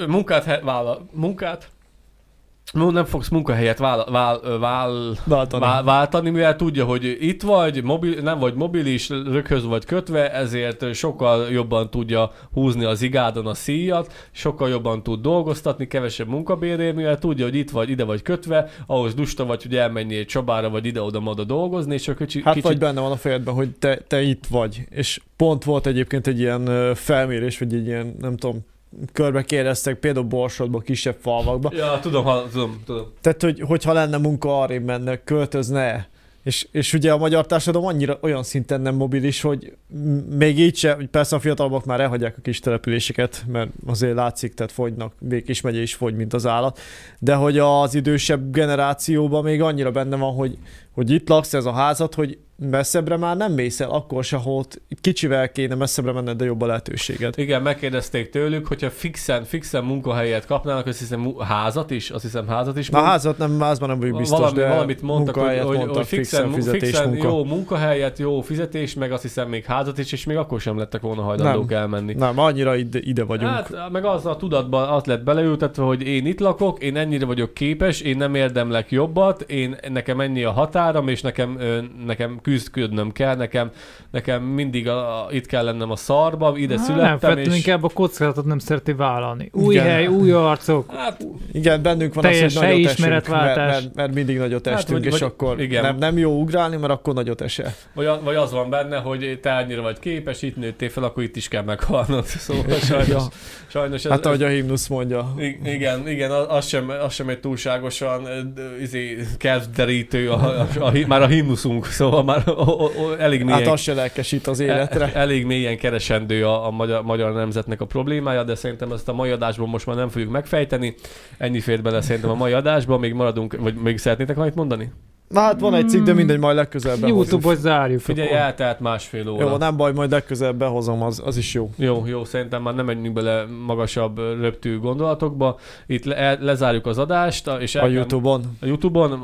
C: nem fogsz munkahelyet váltani, mivel tudja, hogy itt vagy, nem vagy mobilis, röghöz vagy kötve, ezért sokkal jobban tudja húzni az igádon a szíjat, sokkal jobban tud dolgoztatni, kevesebb munkabérért, mivel tudja, hogy itt vagy, ide vagy kötve, ahhoz lusta vagy, hogy elmenjél Csabára, vagy ide-oda-moda dolgozni, és
B: kicsit... vagy benne van a fejedben, hogy te itt vagy, és pont volt egyébként egy ilyen felmérés, vagy egy ilyen, nem tudom, körbe kérdeztek, például Borsodba, kisebb falvakba.
C: Ja, tudom.
B: Tehát, hogyha lenne munka, arrébb menne, költözne. És ugye a magyar társadalom annyira olyan szinten nem mobilis, hogy még így se, persze a fiatalabbak már elhagyják a kis településeket, mert azért látszik, tehát fogynak, Békés megye is fogy, mint az állat, de hogy az idősebb generációban még annyira benne van, hogy itt laksz, ez a házad, hogy messzebbre már nem mész el, akkor se, ahol kicsivel kéne messzebbre menned, de jobb a lehetőséged.
C: Igen, megkérdezték tőlük, hogyha fixen munkahelyet kapnának, azt hiszem házat is.
B: Na házat nem, házban nem vagyok biztos, de
C: valamit mondtak, hogy fixen jó munkahelyet, jó fizetés, meg azt hiszem még házat is, és még akkor sem lettek volna hajlandók elmenni.
B: Nem, annyira ide vagyunk.
C: Hát, meg az a tudatban az lett beleültetve, hogy én itt lakok, én ennyire vagyok képes, én nem érdemlek jobbat, nekem ennyi a határom, és nekem küzdködnöm kell, nekem mindig itt kell lennem a szarba, ide születtem.
A: Nem, inkább a kockázatot nem szereti vállalni. Új hely, új arcok.
B: Hát, igen, bennünk van az, hogy nagyot esünk, mert mindig nagyot estünk, és akkor nem jó ugrálni, mert akkor nagyot esel.
C: Vagy az van benne, hogy te annyira vagy képes, itt nőttél fel, akkor itt is kell meghalnod. Szóval sajnos
B: hát ahogy a himnusz mondja.
C: Igen, az sem egy túlságosan kedvderítő, már a himnuszunk, szóval már elég mélyen...
B: Hát az se lelkesít az életre.
C: Elég mélyen keresendő a magyar nemzetnek a problémája, de szerintem ezt a mai adásban most már nem fogjuk megfejteni. Ennyi fért bele szerintem a mai adásban, még maradunk, vagy még szeretnétek valamit mondani?
B: Na hát van egy cikk, de mindegy, majd legközelebb behozom.
A: YouTube-ot zárjuk.
C: Figyelj, eltelt másfél óra.
B: Jó, nem baj, majd legközelebb behozom, az is jó.
C: Jó, szerintem már nem menjünk bele magasabb röptű gondolatokba. Itt lezárjuk az adást. És
B: a YouTube-on.
C: A YouTube-on,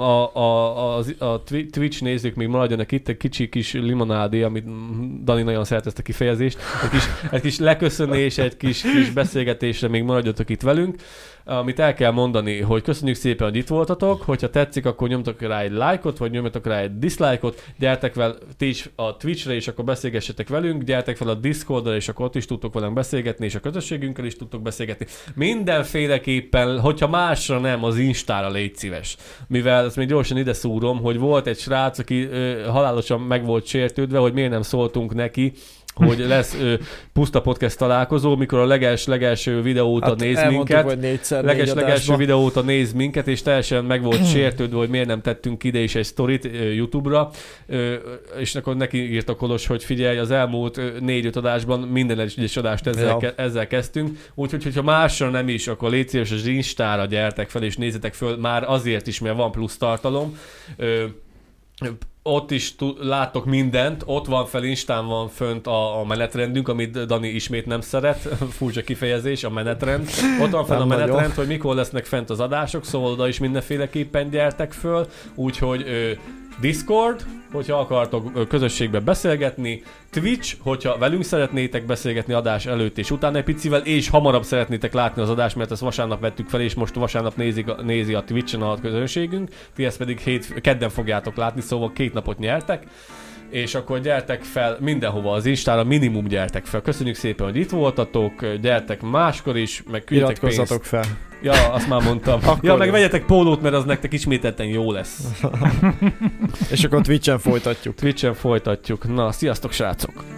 C: a Twitch nézők még maradjanak itt, egy kicsi kis limonádé, amit Dani nagyon szeret ezt a kifejezést. Egy kis leköszönés, egy kis beszélgetésre még maradjatok itt velünk. Amit el kell mondani, hogy köszönjük szépen, hogy itt voltatok, hogyha tetszik, akkor nyomtok rá egy lájkot, vagy nyomjatok rá egy dislike-ot, gyertek fel ti is a Twitchre, és akkor beszélgessetek velünk, gyertek fel a Discordra, és akkor ott is tudtok velünk beszélgetni, és a közösségünkkel is tudtok beszélgetni. Mindenféleképpen, hogyha másra nem, az Instára légy szíves. Mivel ezt még gyorsan ide szúrom, hogy volt egy srác, aki halálosan meg volt sértődve, hogy miért nem szóltunk neki, hogy lesz puszta podcast találkozó, mikor a legelső videó óta néz minket. Legelső videó óta néz minket, és teljesen meg volt sértődve, hogy miért nem tettünk ide is egy sztorit YouTube-ra, és akkor neki írt a Kolos, hogy figyelj, az elmúlt 4-5 adásban minden egyes adást ezzel kezdtünk, úgyhogy hogyha másra nem is, akkor légy szíves, az Instára gyertek fel, és nézzetek föl, már azért is, mert van plusz tartalom. Ott is láttok mindent, ott van fel, Instán van fönt a menetrendünk, amit Dani ismét nem szeret, furcsa kifejezés, a menetrend. Ott van fent a menetrend, hogy mikor lesznek fent az adások, szóval oda is mindenféleképpen gyertek föl, úgyhogy Discord, hogyha akartok közösségbe beszélgetni, Twitch, hogyha velünk szeretnétek beszélgetni adás előtt és utána egy picivel, és hamarabb szeretnétek látni az adást, mert ezt vasárnap vettük fel, és most vasárnap nézi a Twitchen a közönségünk, ti ezt pedig kedden fogjátok látni, szóval 2 napot nyertek, és akkor gyertek fel mindenhova az Instára, minimum gyertek fel. Köszönjük szépen, hogy itt voltatok, gyertek máskor is, meg küldjetek pénzt.
B: Iratkozzatok fel.
C: Ja, azt már mondtam. Meg vegyetek pólót, mert az nektek ismételten jó lesz.
B: És akkor Twitchen folytatjuk.
C: Na, sziasztok srácok!